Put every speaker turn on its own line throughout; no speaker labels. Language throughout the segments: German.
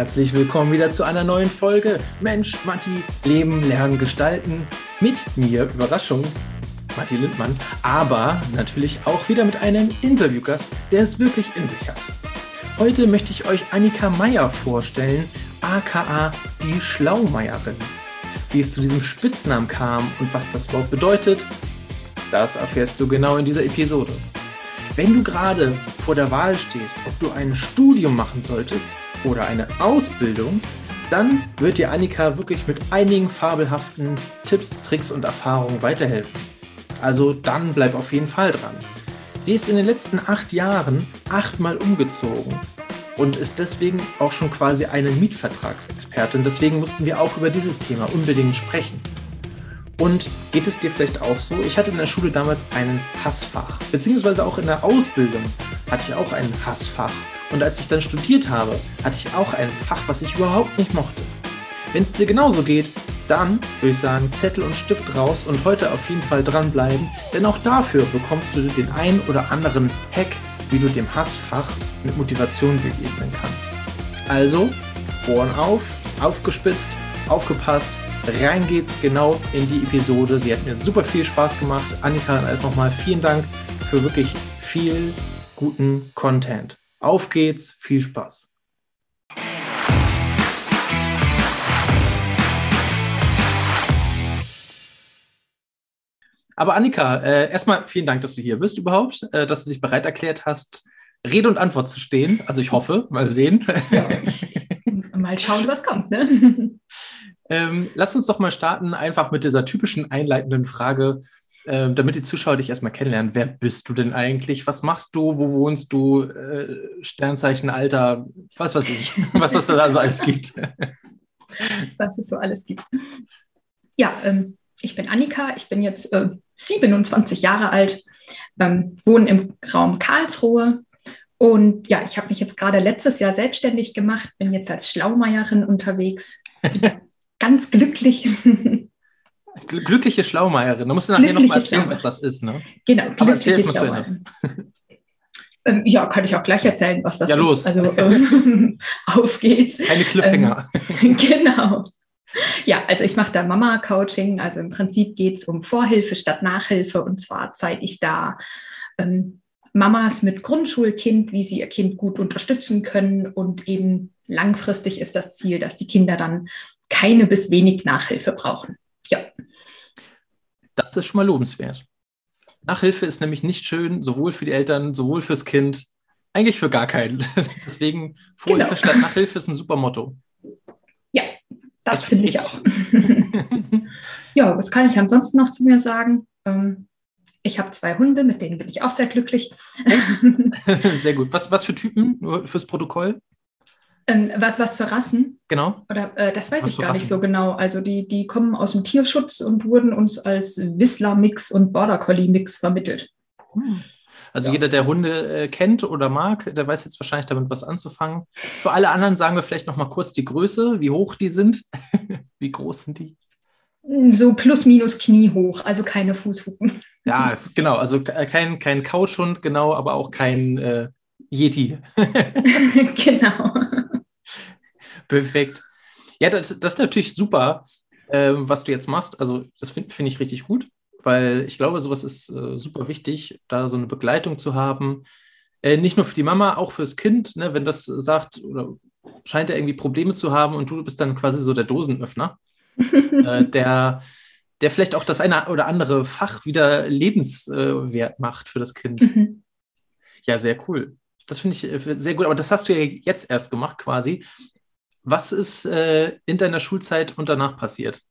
Herzlich willkommen wieder zu einer neuen Folge Mensch, Matti, Leben, Lernen, Gestalten. Mit mir, Überraschung, Matti Lindmann, aber natürlich auch wieder mit einem Interviewgast, der es wirklich in sich hat. Heute möchte ich euch Annika Meier vorstellen, aka die Schlaumeierin. Wie es zu diesem Spitznamen kam und was das Wort bedeutet, das erfährst du genau in dieser Episode. Wenn du gerade vor der Wahl stehst, ob du ein Studium machen solltest oder eine Ausbildung, dann wird dir Annika wirklich mit einigen fabelhaften Tipps, Tricks und Erfahrungen weiterhelfen. Also dann bleib auf jeden Fall dran. Sie ist in den letzten 8 Jahren 8-mal umgezogen und ist deswegen auch schon quasi eine Mietvertragsexpertin. Deswegen mussten wir auch über dieses Thema unbedingt sprechen. Und geht es dir vielleicht auch so? Ich hatte in der Schule damals ein Hassfach, beziehungsweise auch in der Ausbildung hatte ich auch ein Hassfach. Und als ich dann studiert habe, hatte ich auch ein Fach, was ich überhaupt nicht mochte. Wenn es dir genauso geht, dann würde ich sagen, Zettel und Stift raus und heute auf jeden Fall dranbleiben, denn auch dafür bekommst du den ein oder anderen Hack, wie du dem Hassfach mit Motivation begegnen kannst. Also, Ohren auf, aufgespitzt, aufgepasst, rein geht's genau in die Episode. Sie hat mir super viel Spaß gemacht. Annika, also nochmal vielen Dank für wirklich viel guten Content. Auf geht's, viel Spaß. Aber Annika, erstmal vielen Dank, dass du hier bist überhaupt, dass du dich bereit erklärt hast, Rede und Antwort zu stehen. Also ich hoffe, mal sehen.
Ja, mal schauen, was kommt, ne?
Lass uns doch mal starten, einfach mit dieser typischen einleitenden Frage, damit die Zuschauer dich erstmal kennenlernen. Wer bist du denn eigentlich? Was machst du? Wo wohnst du? Sternzeichen, Alter, was weiß ich, was es da so alles gibt.
Was es so alles gibt. Ja, ich bin Annika, ich bin jetzt 27 Jahre alt, wohne im Raum Karlsruhe und ja, ich habe mich jetzt gerade letztes Jahr selbstständig gemacht, bin jetzt als Schlaumeierin unterwegs, ganz glücklich.
Glückliche Schlaumeierin. Da musst du nachher noch mal erzählen, was das ist, ne?
Genau,
aber erzähl es mal zu Ende.
Ja, kann ich auch gleich erzählen, was das
ist. Ja, los.
Also, auf geht's.
Keine Cliffhanger.
Genau. Ja, also ich mache da Mama-Coaching. Also im Prinzip geht es um Vorhilfe statt Nachhilfe. Und zwar zeige ich da Mamas mit Grundschulkind, wie sie ihr Kind gut unterstützen können. Und eben langfristig ist das Ziel, dass die Kinder dann keine bis wenig Nachhilfe brauchen. Ja.
Das ist schon mal lobenswert. Nachhilfe ist nämlich nicht schön, sowohl für die Eltern, sowohl fürs Kind, eigentlich für gar keinen. Deswegen Vorhilfe statt Nachhilfe ist ein super Motto.
Ja, das finde ich auch. Ja, was kann ich ansonsten noch zu mir sagen? Ich habe 2 Hunde, mit denen bin ich auch sehr glücklich.
Sehr gut. Was für Typen, nur fürs Protokoll?
Was für Rassen?
Genau.
Oder das weiß ich gar nicht so genau. Also die kommen aus dem Tierschutz und wurden uns als Whistler-Mix und Border Collie-Mix vermittelt.
Also ja. Jeder, der Hunde kennt oder mag, der weiß jetzt wahrscheinlich damit was anzufangen. Für alle anderen sagen wir vielleicht noch mal kurz die Größe, wie hoch die sind. Wie groß sind die?
So plus minus kniehoch, also keine Fußhupen.
Ja, genau. Also kein Couchhund, genau, aber auch kein Yeti.
Genau.
Perfekt. Ja, das ist natürlich super, was du jetzt machst. Also das find ich richtig gut, weil ich glaube, sowas ist super wichtig, da so eine Begleitung zu haben. Nicht nur für die Mama, auch fürs Kind, ne, wenn das sagt oder scheint er irgendwie Probleme zu haben und du bist dann quasi so der Dosenöffner, der vielleicht auch das eine oder andere Fach wieder lebenswert macht für das Kind. Mhm. Ja, sehr cool. Das finde ich sehr gut, aber das hast du ja jetzt erst gemacht quasi. Was ist in deiner Schulzeit und danach passiert?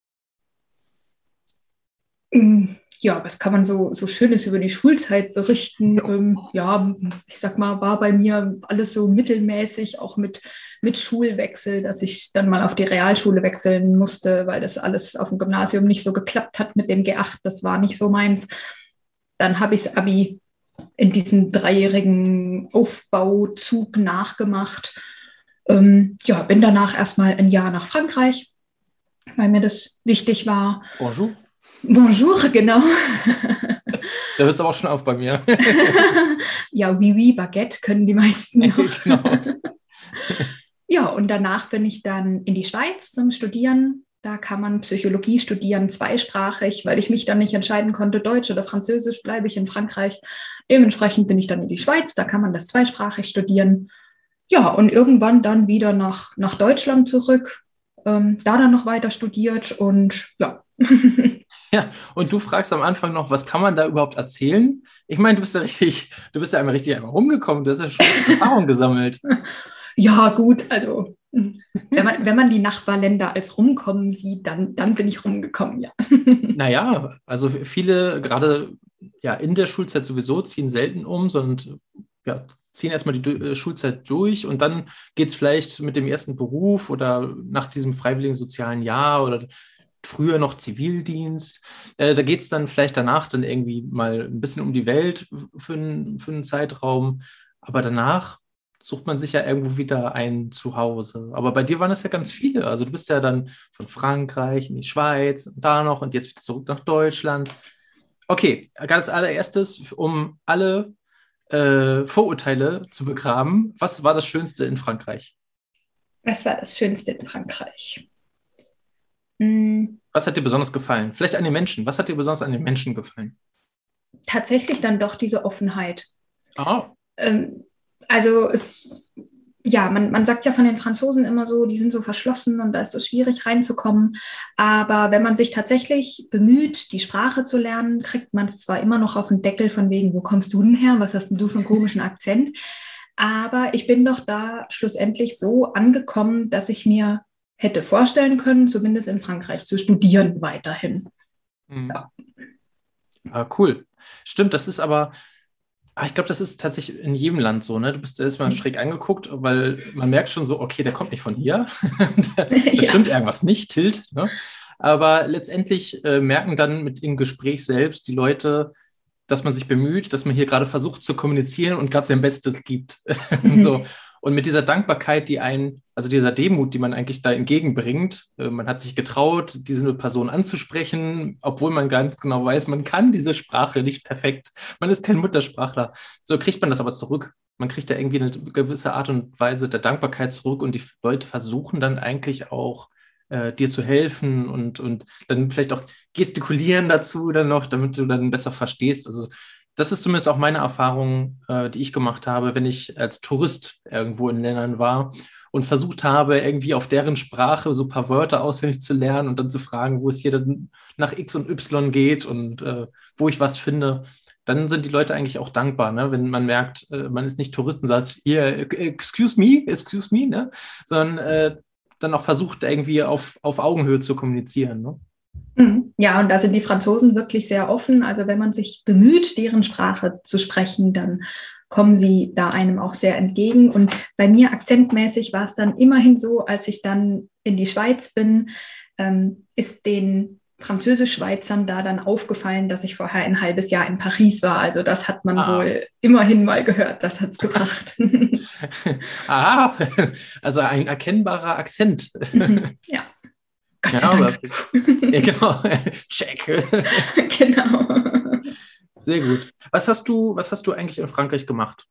Ja, was kann man so Schönes über die Schulzeit berichten? Ja, ich sag mal, war bei mir alles so mittelmäßig, auch mit Schulwechsel, dass ich dann mal auf die Realschule wechseln musste, weil das alles auf dem Gymnasium nicht so geklappt hat mit dem G8. Das war nicht so meins. Dann habe ich das Abi in diesem 3-jährigen Aufbauzug nachgemacht. Ja, bin danach erstmal ein Jahr nach Frankreich, weil mir das wichtig war.
Bonjour.
Bonjour, genau.
Da hört es aber auch schon auf bei mir.
Ja, oui, oui, Baguette können die meisten noch. Genau. Ja, und danach bin ich dann in die Schweiz zum Studieren. Da kann man Psychologie studieren, zweisprachig, weil ich mich dann nicht entscheiden konnte, Deutsch oder Französisch, bleibe ich in Frankreich. Dementsprechend bin ich dann in die Schweiz, da kann man das zweisprachig studieren. Ja, und irgendwann dann wieder nach Deutschland zurück, da dann noch weiter studiert und ja.
Ja, und du fragst am Anfang noch, was kann man da überhaupt erzählen? Ich meine, du bist ja einmal rumgekommen, du hast ja schon Erfahrung gesammelt.
Ja, gut, also wenn man die Nachbarländer als rumkommen sieht, dann bin ich rumgekommen, ja.
Naja, also viele, gerade ja in der Schulzeit sowieso, ziehen selten um, sondern ja, ziehen erstmal die Schulzeit durch und dann geht es vielleicht mit dem ersten Beruf oder nach diesem freiwilligen sozialen Jahr oder früher noch Zivildienst. Da geht es dann vielleicht danach dann irgendwie mal ein bisschen um die Welt für einen Zeitraum, aber danach sucht man sich ja irgendwo wieder ein Zuhause. Aber bei dir waren es ja ganz viele. Also du bist ja dann von Frankreich in die Schweiz, und da noch und jetzt wieder zurück nach Deutschland. Okay, ganz allererstes, um alle Vorurteile zu begraben, was war das Schönste in Frankreich?
Was war das Schönste in Frankreich? Hm,
Was hat dir besonders gefallen? Vielleicht an den Menschen. Was hat dir besonders an den Menschen gefallen?
tatsächlich dann doch diese Offenheit.
Ah,
Ähm, also ja, man sagt ja von den Franzosen immer so, die sind so verschlossen und da ist es schwierig reinzukommen. Aber wenn man sich tatsächlich bemüht, die Sprache zu lernen, kriegt man es zwar immer noch auf den Deckel von wegen, wo kommst du denn her? Was hast denn du für einen komischen Akzent? Aber ich bin doch da schlussendlich so angekommen, dass ich mir hätte vorstellen können, zumindest in Frankreich zu studieren weiterhin.
mhm.
Ja.
Ah, cool. Stimmt, das ist aber, ich glaube, das ist tatsächlich in jedem Land so, ne? Du bist erstmal schräg angeguckt, weil man merkt schon so, okay, der kommt nicht von hier. Da
Ja.
stimmt irgendwas nicht, Tilt, ne? Aber letztendlich merken dann mit dem Gespräch selbst die Leute, dass man sich bemüht, dass man hier gerade versucht zu kommunizieren und gerade sein Bestes gibt. Und so. Und mit dieser Dankbarkeit, also dieser Demut, die man eigentlich da entgegenbringt, man hat sich getraut, diese Person anzusprechen, obwohl man ganz genau weiß, man kann diese Sprache nicht perfekt. Man ist kein Muttersprachler. So kriegt man das aber zurück. Man kriegt da irgendwie eine gewisse Art und Weise der Dankbarkeit zurück und die Leute versuchen dann eigentlich auch, dir zu helfen und dann vielleicht auch gestikulieren dazu dann noch, damit du dann besser verstehst. Also das ist zumindest auch meine Erfahrung, die ich gemacht habe, wenn ich als Tourist irgendwo in Ländern war und versucht habe, irgendwie auf deren Sprache so ein paar Wörter auswendig zu lernen und dann zu fragen, wo es hier dann nach X und Y geht und wo ich was finde. Dann sind die Leute eigentlich auch dankbar, ne? Wenn man merkt, man ist nicht Tourist und sagt, hier, excuse me, ne? Sondern dann auch versucht, irgendwie auf Augenhöhe zu kommunizieren. Ne?
Ja, und da sind die Franzosen wirklich sehr offen. Also wenn man sich bemüht, deren Sprache zu sprechen, dann kommen sie da einem auch sehr entgegen. Und bei mir akzentmäßig war es dann immerhin so, als ich dann in die Schweiz bin, ist den Französisch-Schweizern da dann aufgefallen, dass ich vorher ein halbes Jahr in Paris war. Also das hat man
Ah.
wohl immerhin mal gehört. Das hat es gebracht.
Ah, also ein erkennbarer Akzent.
Ja, Gott
Ja,
sei
aber
Dank.
ja, genau. Check.
Genau.
Sehr gut. Was hast du eigentlich in Frankreich gemacht?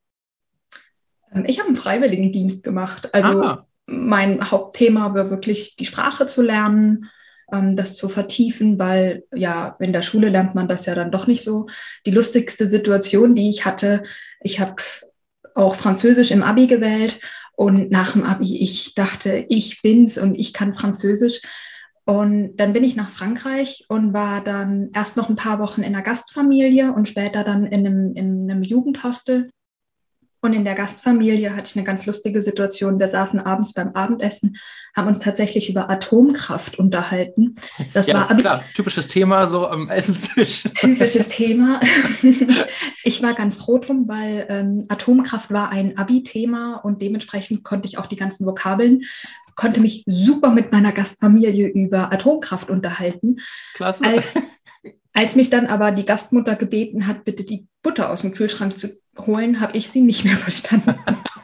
Ich habe einen Freiwilligendienst gemacht. Also
Ah,
mein Hauptthema war wirklich die Sprache zu lernen, das zu vertiefen, weil ja, in der Schule lernt man das ja dann doch nicht so. Die lustigste Situation, die ich hatte, ich habe auch Französisch im Abi gewählt und nach dem Abi, ich dachte, ich bin's und ich kann Französisch. Und dann bin ich nach Frankreich und war dann erst noch ein paar Wochen in einer Gastfamilie und später dann in einem Jugendhostel. Und in der Gastfamilie hatte ich eine ganz lustige Situation. Wir saßen abends beim Abendessen, haben uns tatsächlich über Atomkraft unterhalten. Das
ja,
war
ist klar. Typisches Thema so am Essenstisch.
typisches Thema. Ich war ganz froh drum, weil Atomkraft war ein Abi-Thema und dementsprechend konnte ich auch die ganzen Vokabeln, konnte mich super mit meiner Gastfamilie über Atomkraft unterhalten.
Klasse.
Als mich dann aber die Gastmutter gebeten hat, bitte die Butter aus dem Kühlschrank zu holen, habe ich sie nicht mehr verstanden.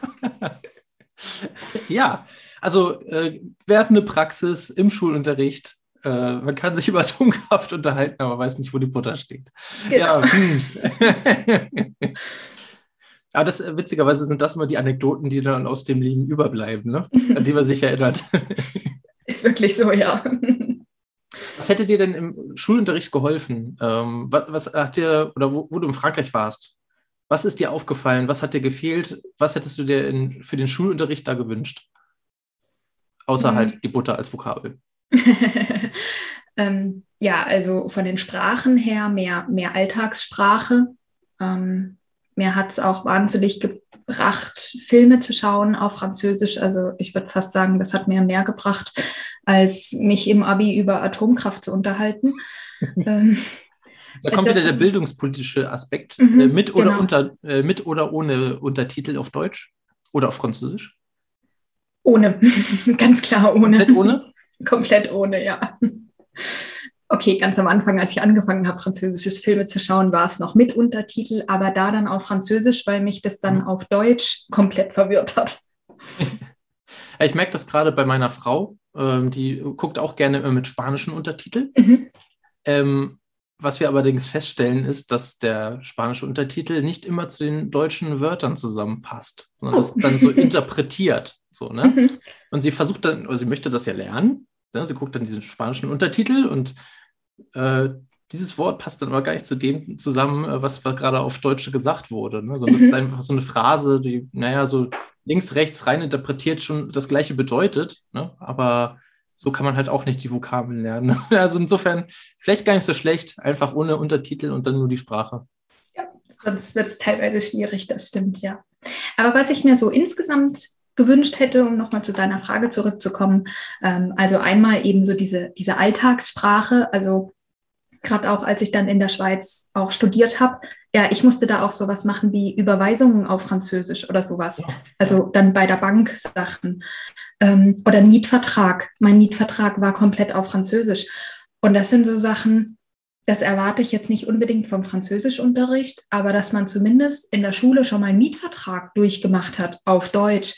Ja, also werdende Praxis im Schulunterricht. Man kann sich über Atomkraft unterhalten, aber weiß nicht, wo die Butter steht.
Genau.
Ja, Aber witzigerweise sind das immer die Anekdoten, die dann aus dem Leben überbleiben, ne? An die man sich erinnert.
Ist wirklich so, ja.
Was hätte dir denn im Schulunterricht geholfen? Was hat dir, oder wo du in Frankreich warst, was ist dir aufgefallen? Was hat dir gefehlt? Was hättest du dir für den Schulunterricht da gewünscht? Außer halt die Butter als Vokabel.
Ja, also von den Sprachen her mehr Alltagssprache. Mir hat es auch wahnsinnig gebracht, Filme zu schauen auf Französisch. Also ich würde fast sagen, das hat mir mehr gebracht, als mich im Abi über Atomkraft zu unterhalten.
Da kommt wieder der bildungspolitische Aspekt. Mit oder ohne Untertitel auf Deutsch oder auf Französisch?
Ohne, ganz klar ohne.
Komplett ohne?
Komplett ohne, ja. Okay, ganz am Anfang, als ich angefangen habe, französische Filme zu schauen, war es noch mit Untertitel, aber da dann auf Französisch, weil mich das dann auf Deutsch komplett verwirrt hat.
Ich merke das gerade bei meiner Frau, die guckt auch gerne immer mit spanischen Untertiteln. Was wir allerdings feststellen, ist, dass der spanische Untertitel nicht immer zu den deutschen Wörtern zusammenpasst, sondern das dann so interpretiert. So, ne? Und sie versucht dann, oder sie möchte das ja lernen, ne? Sie guckt dann diesen spanischen Untertitel und dieses Wort passt dann aber gar nicht zu dem zusammen, was gerade auf Deutsch gesagt wurde. Ne? Sondern das ist einfach so eine Phrase, die, so links, rechts rein interpretiert schon das Gleiche bedeutet, ne? Aber so kann man halt auch nicht die Vokabeln lernen. Also insofern vielleicht gar nicht so schlecht, einfach ohne Untertitel und dann nur die Sprache.
Ja, sonst wird es teilweise schwierig, das stimmt, ja. Aber was ich mir so insgesamt gewünscht hätte, um nochmal zu deiner Frage zurückzukommen, also einmal eben so diese Alltagssprache, also gerade auch als ich dann in der Schweiz auch studiert habe, ja, ich musste da auch sowas machen wie Überweisungen auf Französisch oder sowas. Also dann bei der Bank Sachen. Oder ein Mietvertrag. Mein Mietvertrag war komplett auf Französisch. Und das sind so Sachen, das erwarte ich jetzt nicht unbedingt vom Französischunterricht, aber dass man zumindest in der Schule schon mal einen Mietvertrag durchgemacht hat auf Deutsch,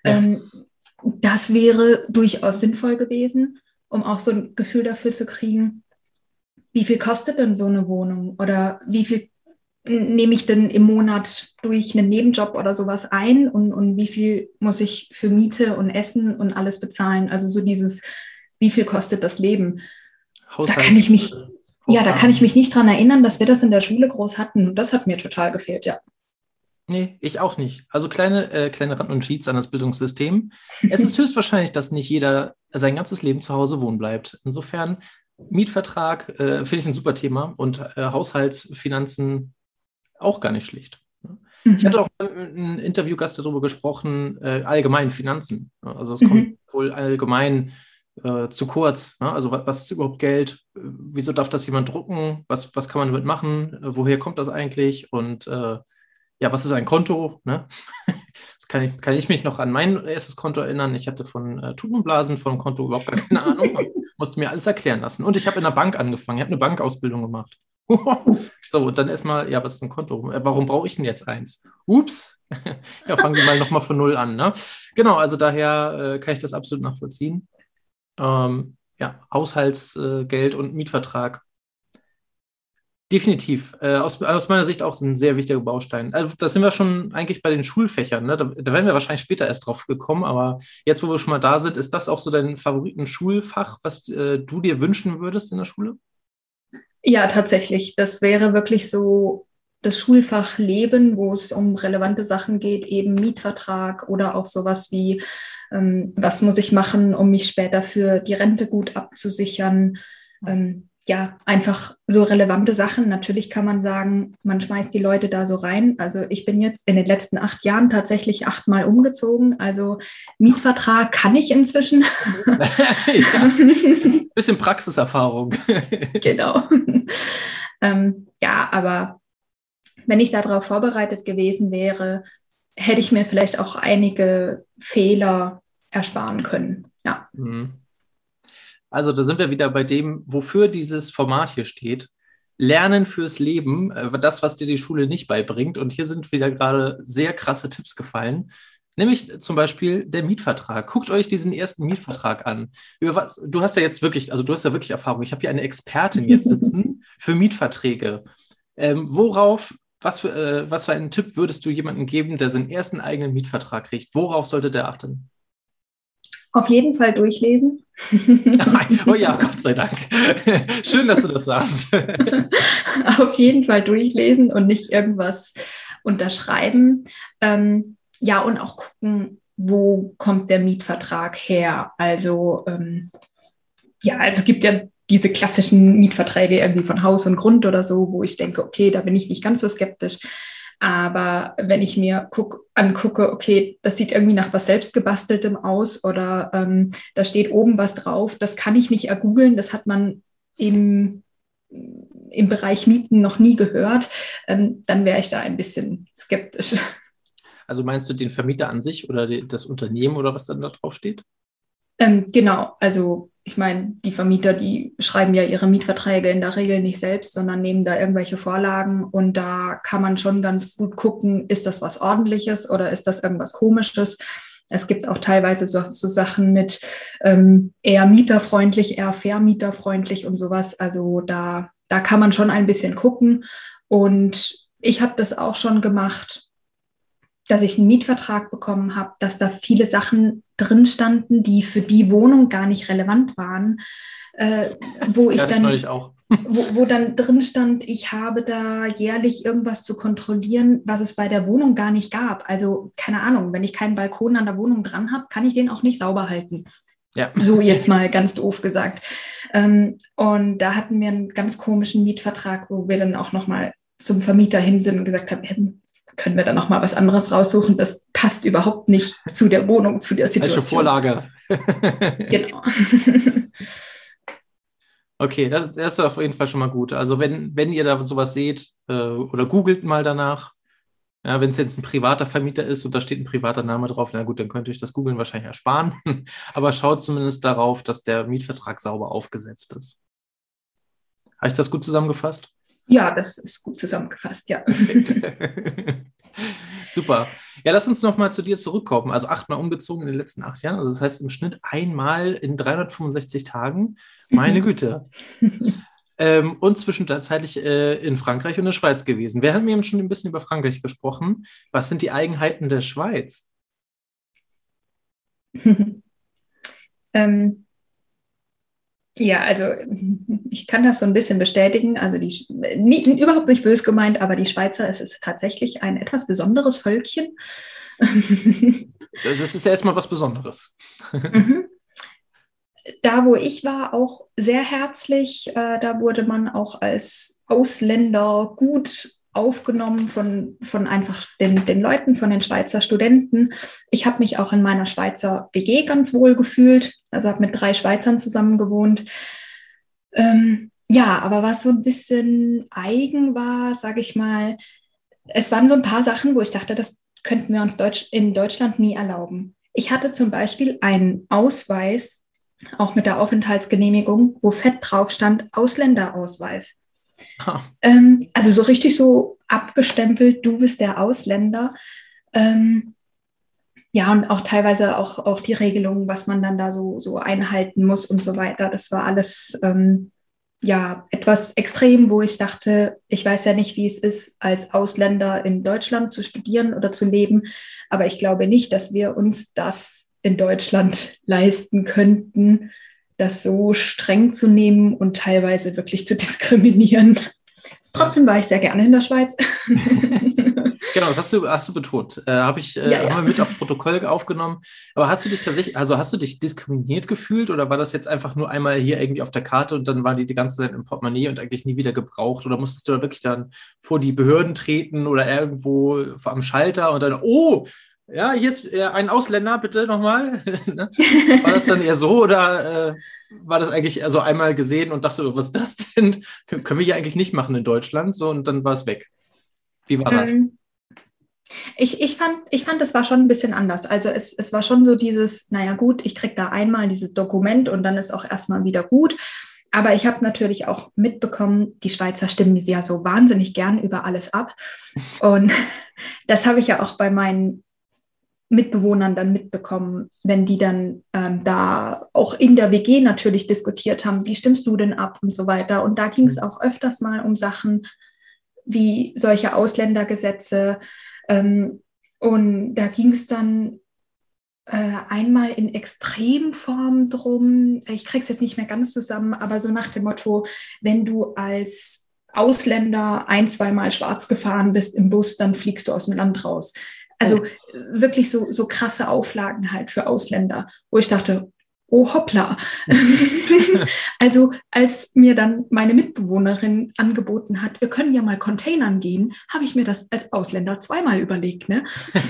das wäre durchaus sinnvoll gewesen, um auch so ein Gefühl dafür zu kriegen, wie viel kostet denn so eine Wohnung oder wie viel nehme ich denn im Monat durch einen Nebenjob oder sowas ein und wie viel muss ich für Miete und Essen und alles bezahlen? Also so dieses, wie viel kostet das Leben? Da kann ich mich nicht dran erinnern, dass wir das in der Schule groß hatten. Und das hat mir total gefehlt, ja.
Nee, ich auch nicht. Also kleine Randnotiz an das Bildungssystem. Es ist höchstwahrscheinlich, dass nicht jeder sein ganzes Leben zu Hause wohnen bleibt. Insofern Mietvertrag finde ich ein super Thema und Haushaltsfinanzen auch gar nicht schlecht. Ich hatte auch mit einem Interviewgast darüber gesprochen, allgemein Finanzen. Also es kommt wohl allgemein zu kurz. Ne? Also was ist überhaupt Geld? Wieso darf das jemand drucken? Was kann man damit machen? Woher kommt das eigentlich? Und was ist ein Konto? Ne? Das kann ich mich noch an mein erstes Konto erinnern. Ich hatte von Tutenblasen vom Konto überhaupt gar keine Ahnung. Musste mir alles erklären lassen. Und ich habe in der Bank angefangen. Ich habe eine Bankausbildung gemacht. So, und dann erstmal, was ist ein Konto? Warum brauche ich denn jetzt eins? Ups. Ja, fangen wir mal nochmal von Null an. Ne? Genau, also daher kann ich das absolut nachvollziehen. Haushaltsgeld und Mietvertrag. Definitiv. Aus meiner Sicht auch ein sehr wichtiger Baustein. Also da sind wir schon eigentlich bei den Schulfächern. Ne? Da werden wir wahrscheinlich später erst drauf gekommen, aber jetzt, wo wir schon mal da sind, ist das auch so dein Favoriten-Schulfach, was du dir wünschen würdest in der Schule?
Ja, tatsächlich. Das wäre wirklich so das Schulfach Leben, wo es um relevante Sachen geht, eben Mietvertrag oder auch sowas wie, was muss ich machen, um mich später für die Rente gut abzusichern. Einfach so relevante Sachen. Natürlich kann man sagen, man schmeißt die Leute da so rein. Also ich bin jetzt in den letzten 8 Jahren tatsächlich 8-mal umgezogen. Also Mietvertrag kann ich inzwischen.
Bisschen Praxiserfahrung.
Genau. Aber wenn ich darauf vorbereitet gewesen wäre, hätte ich mir vielleicht auch einige Fehler ersparen können. Ja.
Also da sind wir wieder bei dem, wofür dieses Format hier steht. Lernen fürs Leben, das, was dir die Schule nicht beibringt. Und hier sind wieder gerade sehr krasse Tipps gefallen. Nämlich zum Beispiel der Mietvertrag. Guckt euch diesen ersten Mietvertrag an. Du hast ja wirklich Erfahrung. Ich habe hier eine Expertin jetzt sitzen für Mietverträge. Worauf was für einen Tipp würdest du jemandem geben, der seinen ersten eigenen Mietvertrag kriegt? Worauf sollte der achten?
Auf jeden Fall durchlesen.
Oh ja, Gott sei Dank. Schön, dass du das sagst.
Auf jeden Fall durchlesen und nicht irgendwas unterschreiben. Ja, und auch gucken, wo kommt der Mietvertrag her. Also also es gibt ja diese klassischen Mietverträge irgendwie von Haus und Grund oder so, wo ich denke, okay, da bin ich nicht ganz so skeptisch. Aber wenn ich mir angucke, okay, das sieht irgendwie nach was Selbstgebasteltem aus oder da steht oben was drauf, das kann ich nicht ergoogeln, das hat man im Bereich Mieten noch nie gehört, dann wäre ich da ein bisschen skeptisch.
Also meinst du den Vermieter an sich oder das Unternehmen oder was dann da drauf steht?
Genau, also ich meine, die Vermieter, die schreiben ja ihre Mietverträge in der Regel nicht selbst, sondern nehmen da irgendwelche Vorlagen und da kann man schon ganz gut gucken, ist das was Ordentliches oder ist das irgendwas Komisches? Es gibt auch teilweise so Sachen mit eher mieterfreundlich, eher vermieterfreundlich und sowas. Also da kann man schon ein bisschen gucken. Und ich habe das auch schon gemacht, dass ich einen Mietvertrag bekommen habe, dass da viele Sachen drin standen, die für die Wohnung gar nicht relevant waren, wo ich
Ja, das
dann,
wollte ich auch.
wo dann drin stand, ich habe da jährlich irgendwas zu kontrollieren, was es bei der Wohnung gar nicht gab. Also keine Ahnung, wenn ich keinen Balkon an der Wohnung dran habe, kann ich den auch nicht sauber halten.
Ja.
So jetzt mal ganz doof gesagt. Und da hatten wir einen ganz komischen Mietvertrag, wo wir dann auch nochmal zum Vermieter hin sind und gesagt haben, können wir da nochmal was anderes raussuchen? Das passt überhaupt nicht zu der Wohnung, zu der Situation.
Falsche Vorlage.
Genau.
Okay, das ist auf jeden Fall schon mal gut. Also wenn ihr da sowas seht oder googelt mal danach, ja, wenn es jetzt ein privater Vermieter ist und da steht ein privater Name drauf, na gut, dann könnt ihr euch das Googeln wahrscheinlich ersparen. Aber schaut zumindest darauf, dass der Mietvertrag sauber aufgesetzt ist. Habe ich das gut zusammengefasst?
Ja, das ist gut zusammengefasst, ja.
Super. Ja, lass uns nochmal zu dir zurückkommen. Also 8-mal umgezogen in den letzten 8 Jahren. Also das heißt im Schnitt einmal in 365 Tagen. Meine Güte. Und zwischenzeitlich in Frankreich und der Schweiz gewesen. Wir haben eben schon ein bisschen über Frankreich gesprochen. Was sind die Eigenheiten der Schweiz?
Ja, also ich kann das so ein bisschen bestätigen. Also überhaupt nicht böse gemeint, aber die Schweizer, es ist tatsächlich ein etwas besonderes Völkchen.
Das ist ja erstmal was Besonderes.
Da, wo ich war, auch sehr herzlich. Da wurde man auch als Ausländer gut aufgenommen von einfach den Leuten, von den Schweizer Studenten. Ich habe mich auch in meiner Schweizer WG ganz wohl gefühlt, also habe mit 3 Schweizern zusammen gewohnt. Ja, aber was so ein bisschen eigen war, sage ich mal, es waren so ein paar Sachen, wo ich dachte, das könnten wir uns in Deutschland nie erlauben. Ich hatte zum Beispiel einen Ausweis, auch mit der Aufenthaltsgenehmigung, wo fett drauf stand, Ausländerausweis. Also so richtig so abgestempelt, du bist der Ausländer. Ja, und auch teilweise auch die Regelungen, was man dann da so einhalten muss und so weiter. Das war alles ja etwas extrem, wo ich dachte, ich weiß ja nicht, wie es ist, als Ausländer in Deutschland zu studieren oder zu leben, aber ich glaube nicht, dass wir uns das in Deutschland leisten könnten, das so streng zu nehmen und teilweise wirklich zu diskriminieren. Trotzdem war ich sehr gerne in der Schweiz.
Genau, das hast du betont. Haben wir mit aufs Protokoll aufgenommen. Aber hast du dich tatsächlich, also hast du dich diskriminiert gefühlt oder war das jetzt einfach nur einmal hier irgendwie auf der Karte und dann waren die ganze Zeit im Portemonnaie und eigentlich nie wieder gebraucht? Oder musstest du da wirklich dann vor die Behörden treten oder irgendwo am Schalter und dann, oh, ja, hier ist ein Ausländer, bitte nochmal. War das dann eher so oder war das eigentlich eher so einmal gesehen und dachte, was ist das denn? Können wir hier eigentlich nicht machen in Deutschland? So, und dann war es weg. Wie war das?
Ich fand, das war schon ein bisschen anders. Also es war schon so dieses, naja gut, ich kriege da einmal dieses Dokument und dann ist auch erstmal wieder gut. Aber ich habe natürlich auch mitbekommen, die Schweizer stimmen sie ja so wahnsinnig gern über alles ab. Und das habe ich ja auch bei meinen Mitbewohnern dann mitbekommen, wenn die dann da auch in der WG natürlich diskutiert haben, wie stimmst du denn ab und so weiter. Und da ging es auch öfters mal um Sachen, wie solche Ausländergesetze. Und da ging es dann einmal in Extremform drum. Ich kriege es jetzt nicht mehr ganz zusammen, aber so nach dem Motto, wenn du als Ausländer ein-, zweimal schwarz gefahren bist im Bus, dann fliegst du aus dem Land raus. Also wirklich so krasse Auflagen halt für Ausländer, wo ich dachte, oh hoppla. Also als mir dann meine Mitbewohnerin angeboten hat, wir können ja mal Containern gehen, habe ich mir das als Ausländer zweimal überlegt, ne?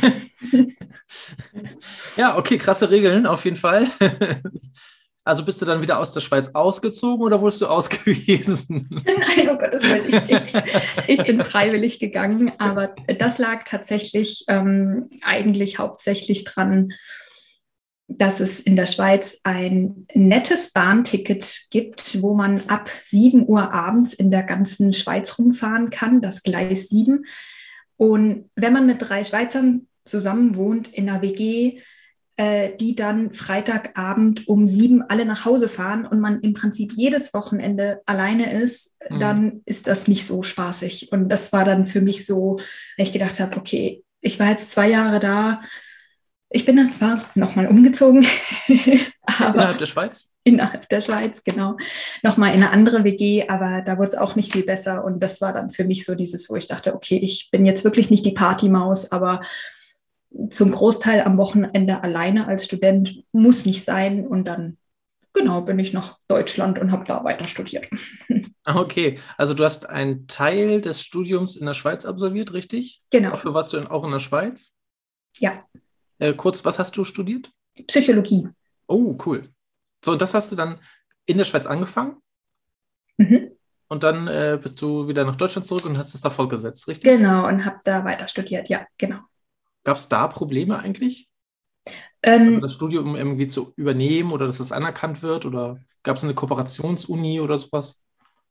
Ja, okay, krasse Regeln auf jeden Fall. Also bist du dann wieder aus der Schweiz ausgezogen oder wurdest du ausgewiesen?
Nein, um Gottes Willen, ich bin freiwillig gegangen, aber das lag tatsächlich eigentlich hauptsächlich dran, dass es in der Schweiz ein nettes Bahnticket gibt, wo man ab 7 Uhr abends in der ganzen Schweiz rumfahren kann, das Gleis 7. Und wenn man mit 3 Schweizern zusammen wohnt in einer WG, die dann Freitagabend um 7 alle nach Hause fahren und man im Prinzip jedes Wochenende alleine ist, dann ist das nicht so spaßig. Und das war dann für mich so, weil ich gedacht habe, okay, ich war jetzt 2 Jahre da. Ich bin dann zwar nochmal umgezogen, aber
innerhalb der Schweiz?
Innerhalb der Schweiz, genau. Nochmal in eine andere WG, aber da wurde es auch nicht viel besser. Und das war dann für mich so dieses, wo ich dachte, okay, ich bin jetzt wirklich nicht die Partymaus, aber zum Großteil am Wochenende alleine als Student muss nicht sein. Und dann, genau, bin ich nach Deutschland und habe da weiter studiert.
Okay, also du hast einen Teil des Studiums in der Schweiz absolviert, richtig?
Genau.
Dafür warst du auch in der Schweiz?
Ja.
Kurz, was hast du studiert?
Psychologie.
Oh, cool. So, und das hast du dann in der Schweiz angefangen?
Mhm.
Und dann bist du wieder nach Deutschland zurück und hast es da fortgesetzt, richtig?
Genau, und habe da weiter studiert, ja, genau.
Gab es da Probleme eigentlich? Also das Studium irgendwie zu übernehmen oder dass es anerkannt wird? Oder gab es eine Kooperationsuni oder sowas?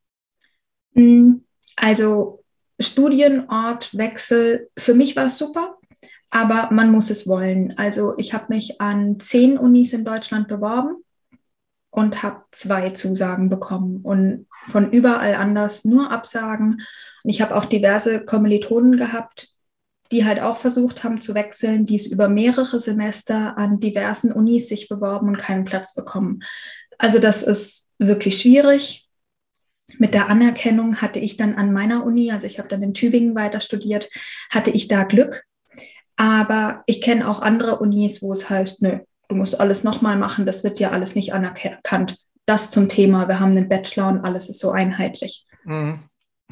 Also Studienortwechsel, für mich war es super. Aber man muss es wollen. Also ich habe mich an 10 Unis in Deutschland beworben und habe 2 Zusagen bekommen und von überall anders nur Absagen. Und ich habe auch diverse Kommilitonen gehabt, die halt auch versucht haben zu wechseln, die es über mehrere Semester an diversen Unis sich beworben und keinen Platz bekommen. Also das ist wirklich schwierig. Mit der Anerkennung hatte ich dann an meiner Uni, also ich habe dann in Tübingen weiter studiert, hatte ich da Glück. Aber ich kenne auch andere Unis, wo es heißt, nö, du musst alles nochmal machen, das wird ja alles nicht anerkannt. Das zum Thema, wir haben einen Bachelor und alles ist so einheitlich.
Mhm.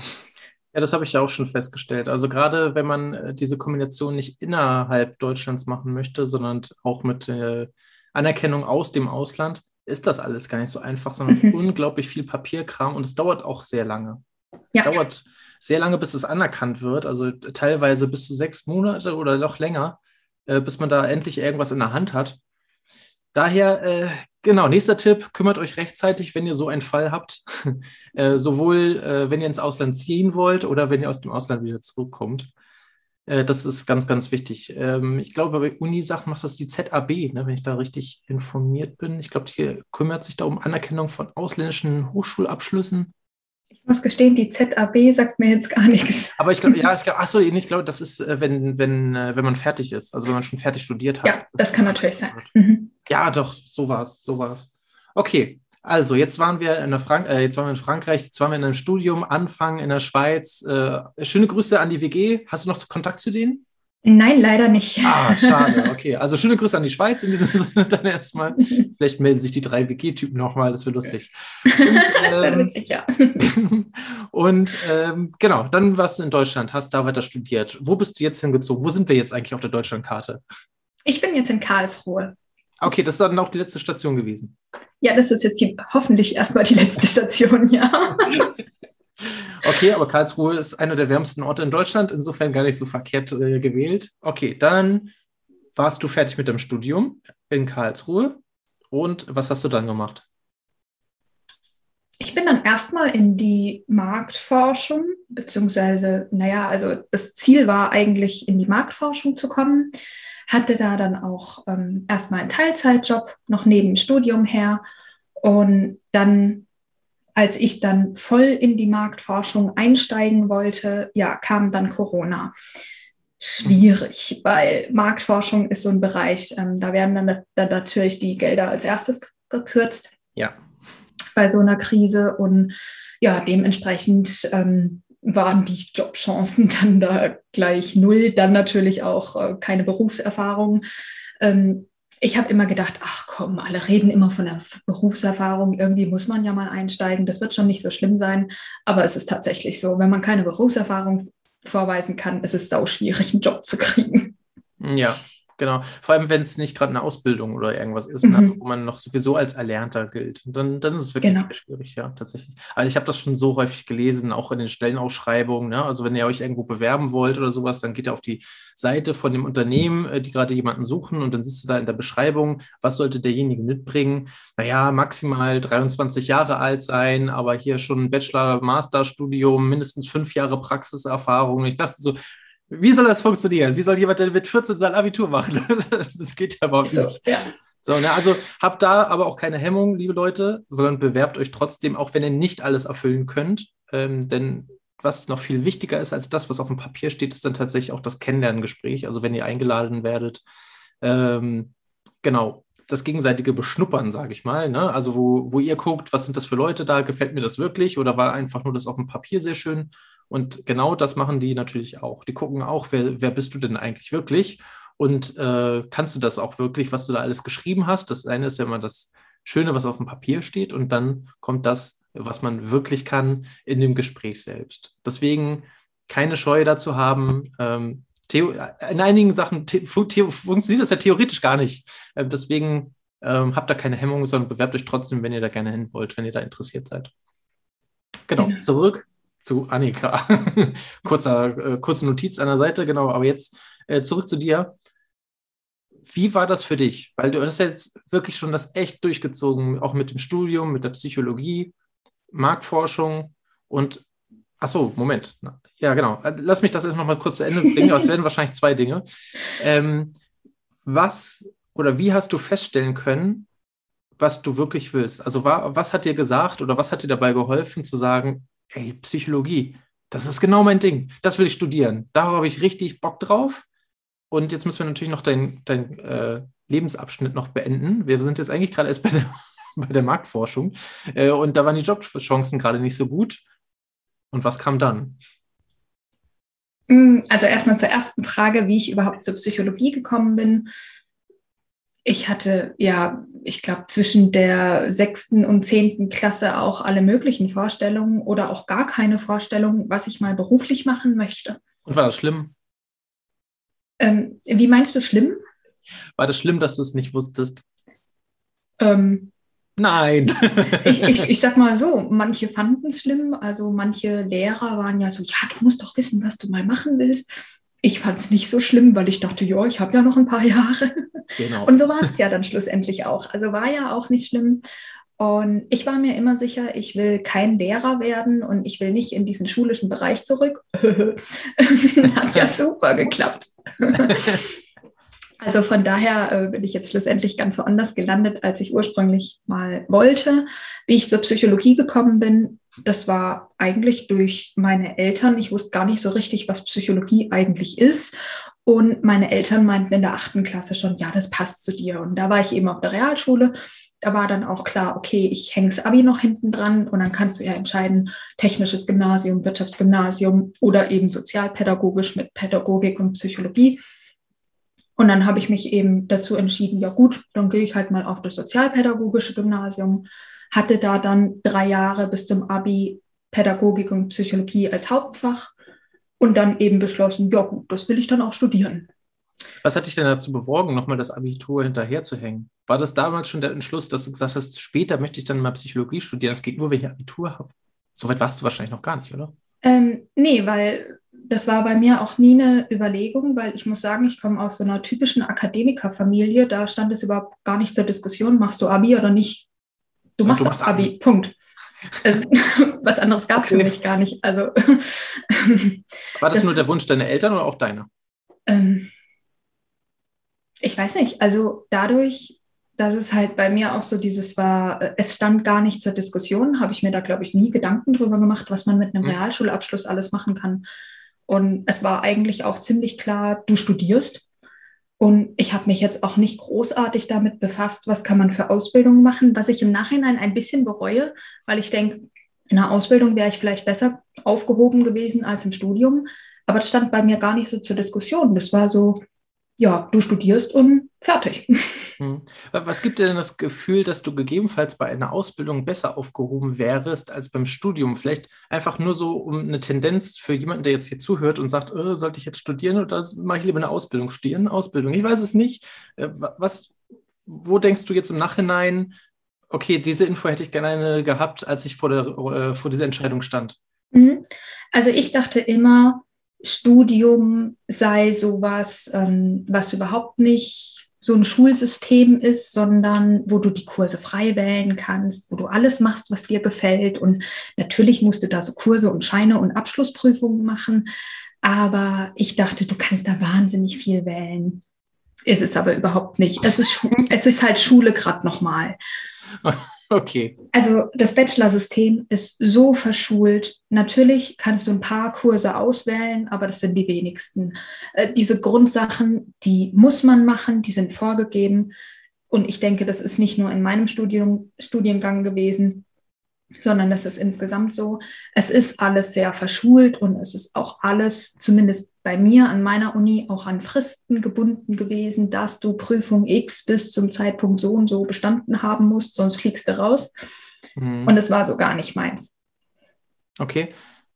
Ja, das habe ich ja auch schon festgestellt. Also gerade wenn man diese Kombination nicht innerhalb Deutschlands machen möchte, sondern auch mit Anerkennung aus dem Ausland, ist das alles gar nicht so einfach, sondern unglaublich viel Papierkram und es dauert auch sehr lange. Es dauert sehr lange, bis es anerkannt wird, also teilweise bis zu 6 Monate oder noch länger, bis man da endlich irgendwas in der Hand hat. Daher, genau, nächster Tipp, kümmert euch rechtzeitig, wenn ihr so einen Fall habt, sowohl wenn ihr ins Ausland ziehen wollt oder wenn ihr aus dem Ausland wieder zurückkommt. Das ist ganz, ganz wichtig. Ich glaube, bei Unisachen macht das die ZAB, ne, wenn ich da richtig informiert bin. Ich glaube, die kümmert sich da um Anerkennung von ausländischen Hochschulabschlüssen.
Ich muss gestehen, die ZAB sagt mir jetzt gar nichts.
Aber ich glaube, ich glaube, das ist, wenn man fertig ist, also wenn man schon fertig studiert hat.
Ja, das kann natürlich sein. Mhm.
Ja, doch, so war's. Okay, also jetzt waren wir in Frankreich, jetzt waren wir in einem Studium, Anfang in der Schweiz. Schöne Grüße an die WG. Hast du noch Kontakt zu denen?
Nein, leider nicht.
Ah, schade. Okay, also schöne Grüße an die Schweiz in diesem Sinne dann erstmal. Vielleicht melden sich die 3 WG-Typen nochmal, das wäre lustig. Und,
das wäre witzig, ja.
Und genau, dann warst du in Deutschland, hast da weiter studiert. Wo bist du jetzt hingezogen? Wo sind wir jetzt eigentlich auf der Deutschlandkarte?
Ich bin jetzt in Karlsruhe.
Okay, das ist dann auch die letzte Station gewesen.
Ja, das ist jetzt hoffentlich erstmal die letzte Station, ja.
Okay, aber Karlsruhe ist einer der wärmsten Orte in Deutschland, insofern gar nicht so verkehrt gewählt. Okay, dann warst du fertig mit deinem Studium in Karlsruhe. Und was hast du dann gemacht?
Ich bin dann erstmal in die Marktforschung, beziehungsweise, also das Ziel war eigentlich, in die Marktforschung zu kommen. Hatte da dann auch erstmal einen Teilzeitjob, noch neben dem Studium her. Und dann als ich dann voll in die Marktforschung einsteigen wollte, ja, kam dann Corona. Schwierig, weil Marktforschung ist so ein Bereich, da werden dann natürlich die Gelder als erstes gekürzt.
Ja.
Bei so einer Krise und ja, dementsprechend waren die Jobchancen dann da gleich null, dann natürlich auch keine Berufserfahrung. Ich habe immer gedacht, ach komm, alle reden immer von der Berufserfahrung, irgendwie muss man ja mal einsteigen, das wird schon nicht so schlimm sein, aber es ist tatsächlich so, wenn man keine Berufserfahrung vorweisen kann, ist es sauschwierig, einen Job zu kriegen.
Ja, genau. Vor allem, wenn es nicht gerade eine Ausbildung oder irgendwas ist, ne? Also, wo man noch sowieso als Erlernter gilt. Und dann ist es wirklich
Genau.
sehr schwierig, ja, tatsächlich. Also ich habe das schon so häufig gelesen, auch in den Stellenausschreibungen. Ne? Also wenn ihr euch irgendwo bewerben wollt oder sowas, dann geht ihr auf die Seite von dem Unternehmen, die gerade jemanden suchen, und dann siehst du da in der Beschreibung, was sollte derjenige mitbringen. Naja, maximal 23 Jahre alt sein, aber hier schon ein Bachelor-Master-Studium, mindestens 5 Jahre Praxiserfahrung. Ich dachte so, wie soll das funktionieren? Wie soll jemand denn mit 14 sein Abitur machen? Das geht ja überhaupt
So,
nicht.
ja.
So, ne, also habt da aber auch keine Hemmung, liebe Leute, sondern bewerbt euch trotzdem, auch wenn ihr nicht alles erfüllen könnt. Denn was noch viel wichtiger ist als das, was auf dem Papier steht, ist dann tatsächlich auch das Kennenlerngespräch. Also wenn ihr eingeladen werdet, genau, das gegenseitige Beschnuppern, sage ich mal. Ne? Also wo ihr guckt, was sind das für Leute da, gefällt mir das wirklich oder war einfach nur das auf dem Papier sehr schön? Und genau das machen die natürlich auch. Die gucken auch, wer bist du denn eigentlich wirklich? Und kannst du das auch wirklich, was du da alles geschrieben hast? Das eine ist ja immer das Schöne, was auf dem Papier steht, und dann kommt das, was man wirklich kann, in dem Gespräch selbst. Deswegen keine Scheu dazu haben. In einigen Sachen funktioniert das ja theoretisch gar nicht. Deswegen habt da keine Hemmung, sondern bewerbt euch trotzdem, wenn ihr da gerne hin wollt, wenn ihr da interessiert seid. Genau, zurück zu Annika. Kurze Notiz an der Seite, genau, aber jetzt zurück zu dir. Wie war das für dich? Weil du hast jetzt wirklich schon das echt durchgezogen, auch mit dem Studium, mit der Psychologie, Marktforschung und, ach so, Moment. Ja, genau. Lass mich das erst noch mal kurz zu Ende bringen, aber es werden wahrscheinlich 2 Dinge. Was oder wie hast du feststellen können, was du wirklich willst? Also was hat dir gesagt oder was hat dir dabei geholfen zu sagen, ey, Psychologie, das ist genau mein Ding, das will ich studieren, darauf habe ich richtig Bock drauf. Und jetzt müssen wir natürlich noch dein Lebensabschnitt noch beenden. Wir sind jetzt eigentlich gerade erst bei der Marktforschung und da waren die Jobchancen gerade nicht so gut. Und was kam dann?
Also erstmal zur ersten Frage, wie ich überhaupt zur Psychologie gekommen bin. Ich hatte, ja, ich glaube, zwischen der 6. und 10. Klasse auch alle möglichen Vorstellungen oder auch gar keine Vorstellung, was ich mal beruflich machen möchte.
Und war das schlimm?
Wie meinst du schlimm?
War das schlimm, dass du es nicht wusstest?
Nein.
Nein.
Ich sag mal so, manche fanden es schlimm, also manche Lehrer waren ja so, ja, du musst doch wissen, was du mal machen willst. Ich fand es nicht so schlimm, weil ich dachte, ja, ich habe ja noch ein paar Jahre.
Genau.
Und so war es ja dann schlussendlich auch. Also war ja auch nicht schlimm. Und ich war mir immer sicher, ich will kein Lehrer werden und ich will nicht in diesen schulischen Bereich zurück. Hat ja super geklappt. Also von daher bin ich jetzt schlussendlich ganz woanders gelandet, als ich ursprünglich mal wollte. Wie ich zur Psychologie gekommen bin, das war eigentlich durch meine Eltern. Ich wusste gar nicht so richtig, was Psychologie eigentlich ist. Und meine Eltern meinten in der 8. Klasse schon, ja, das passt zu dir. Und da war ich eben auf der Realschule. Da war dann auch klar, okay, ich hänge das Abi noch hinten dran und dann kannst du ja entscheiden, technisches Gymnasium, Wirtschaftsgymnasium oder eben sozialpädagogisch mit Pädagogik und Psychologie. Und dann habe ich mich eben dazu entschieden, ja gut, dann gehe ich halt mal auf das sozialpädagogische Gymnasium, hatte da dann 3 Jahre bis zum Abi Pädagogik und Psychologie als Hauptfach und dann eben beschlossen, ja gut, das will ich dann auch studieren.
Was hat dich denn dazu bewogen, nochmal das Abitur hinterherzuhängen? War das damals schon der Entschluss, dass du gesagt hast, später möchte ich dann mal Psychologie studieren, das geht nur, wenn ich Abitur habe? Soweit warst du wahrscheinlich noch gar nicht, oder?
Nee, weil das war bei mir auch nie eine Überlegung, weil ich muss sagen, ich komme aus so einer typischen Akademikerfamilie, da stand es überhaupt gar nicht zur Diskussion, machst du Abi oder nicht? Du machst doch Abi, Punkt. Was anderes gab es für mich gar nicht. Also,
war das nur der Wunsch deiner Eltern oder auch deiner?
Ich weiß nicht. Also dadurch, das ist halt bei mir auch so es stand gar nicht zur Diskussion, habe ich mir da, glaube ich, nie Gedanken drüber gemacht, was man mit einem Realschulabschluss alles machen kann. Und es war eigentlich auch ziemlich klar, du studierst. Und ich habe mich jetzt auch nicht großartig damit befasst, was kann man für Ausbildung machen, was ich im Nachhinein ein bisschen bereue, weil ich denke, in der Ausbildung wäre ich vielleicht besser aufgehoben gewesen als im Studium. Aber das stand bei mir gar nicht so zur Diskussion. Das war so, ja, du studierst und fertig.
Was gibt dir denn das Gefühl, dass du gegebenenfalls bei einer Ausbildung besser aufgehoben wärst als beim Studium? Vielleicht einfach nur so um eine Tendenz für jemanden, der jetzt hier zuhört und sagt, sollte ich jetzt studieren oder mache ich lieber eine Ausbildung? Studieren, Ausbildung, ich weiß es nicht. Wo denkst du jetzt im Nachhinein, okay, diese Info hätte ich gerne gehabt, als ich vor dieser Entscheidung stand?
Also ich dachte immer, Studium sei sowas, was überhaupt nicht so ein Schulsystem ist, sondern wo du die Kurse frei wählen kannst, wo du alles machst, was dir gefällt. Und natürlich musst du da so Kurse und Scheine und Abschlussprüfungen machen. Aber ich dachte, du kannst da wahnsinnig viel wählen. Ist es aber überhaupt nicht. Es ist halt Schule gerade nochmal.
Okay.
Also das Bachelor-System ist so verschult. Natürlich kannst du ein paar Kurse auswählen, aber das sind die wenigsten. Diese Grundsachen, die muss man machen, die sind vorgegeben. Und ich denke, das ist nicht nur in meinem Studiengang gewesen, sondern das ist insgesamt so. Es ist alles sehr verschult und es ist auch alles, zumindest bei mir an meiner Uni, auch an Fristen gebunden gewesen, dass du Prüfung X bis zum Zeitpunkt so und so bestanden haben musst, sonst fliegst du raus. Und es war so gar nicht meins.
Okay.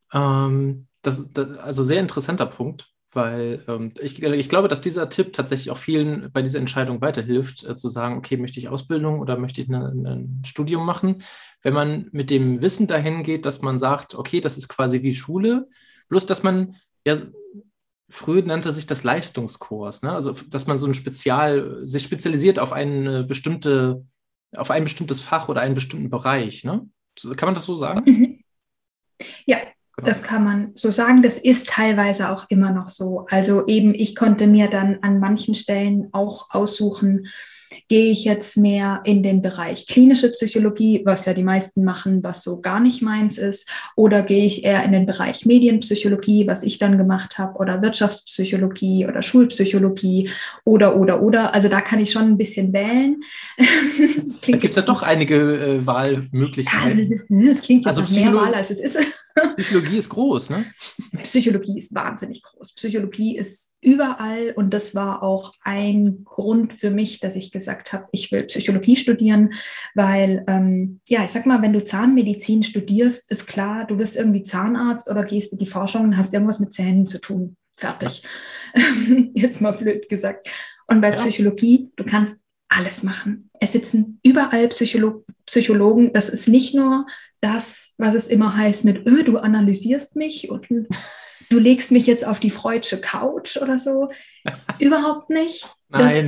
Also sehr interessanter Punkt, weil ich glaube, dass dieser Tipp tatsächlich auch vielen bei dieser Entscheidung weiterhilft, zu sagen, okay, möchte ich Ausbildung oder möchte ich ein Studium machen? Wenn man mit dem Wissen dahin geht, dass man sagt, okay, das ist quasi wie Schule, bloß dass man, ja, früher nannte sich das Leistungskurs, ne? Also dass man sich spezialisiert auf auf ein bestimmtes Fach oder einen bestimmten Bereich, ne? Kann man das so sagen?
Ja,
Genau.
das kann man so sagen. Das ist teilweise auch immer noch so. Also eben, ich konnte mir dann an manchen Stellen auch aussuchen, gehe ich jetzt mehr in den Bereich klinische Psychologie, was ja die meisten machen, was so gar nicht meins ist, oder gehe ich eher in den Bereich Medienpsychologie, was ich dann gemacht habe, oder Wirtschaftspsychologie oder Schulpsychologie oder. Also da kann ich schon ein bisschen wählen.
Da gibt es ja doch einige Wahlmöglichkeiten.
Ja, das klingt jetzt
Also
nach mehr Wahl, als es ist.
Psychologie ist groß, ne?
Psychologie ist wahnsinnig groß. Psychologie ist überall und das war auch ein Grund für mich, dass ich gesagt habe, ich will Psychologie studieren, weil, ja, ich sag mal, wenn du Zahnmedizin studierst, ist klar, du wirst irgendwie Zahnarzt oder gehst in die Forschung und hast irgendwas mit Zähnen zu tun. Fertig. Ja. Jetzt mal blöd gesagt. Und bei Psychologie, du kannst alles machen. Es sitzen überall Psychologen. Das ist nicht nur das, was es immer heißt mit, du analysierst mich und du legst mich jetzt auf die freudsche Couch oder so. Überhaupt nicht.
Nein.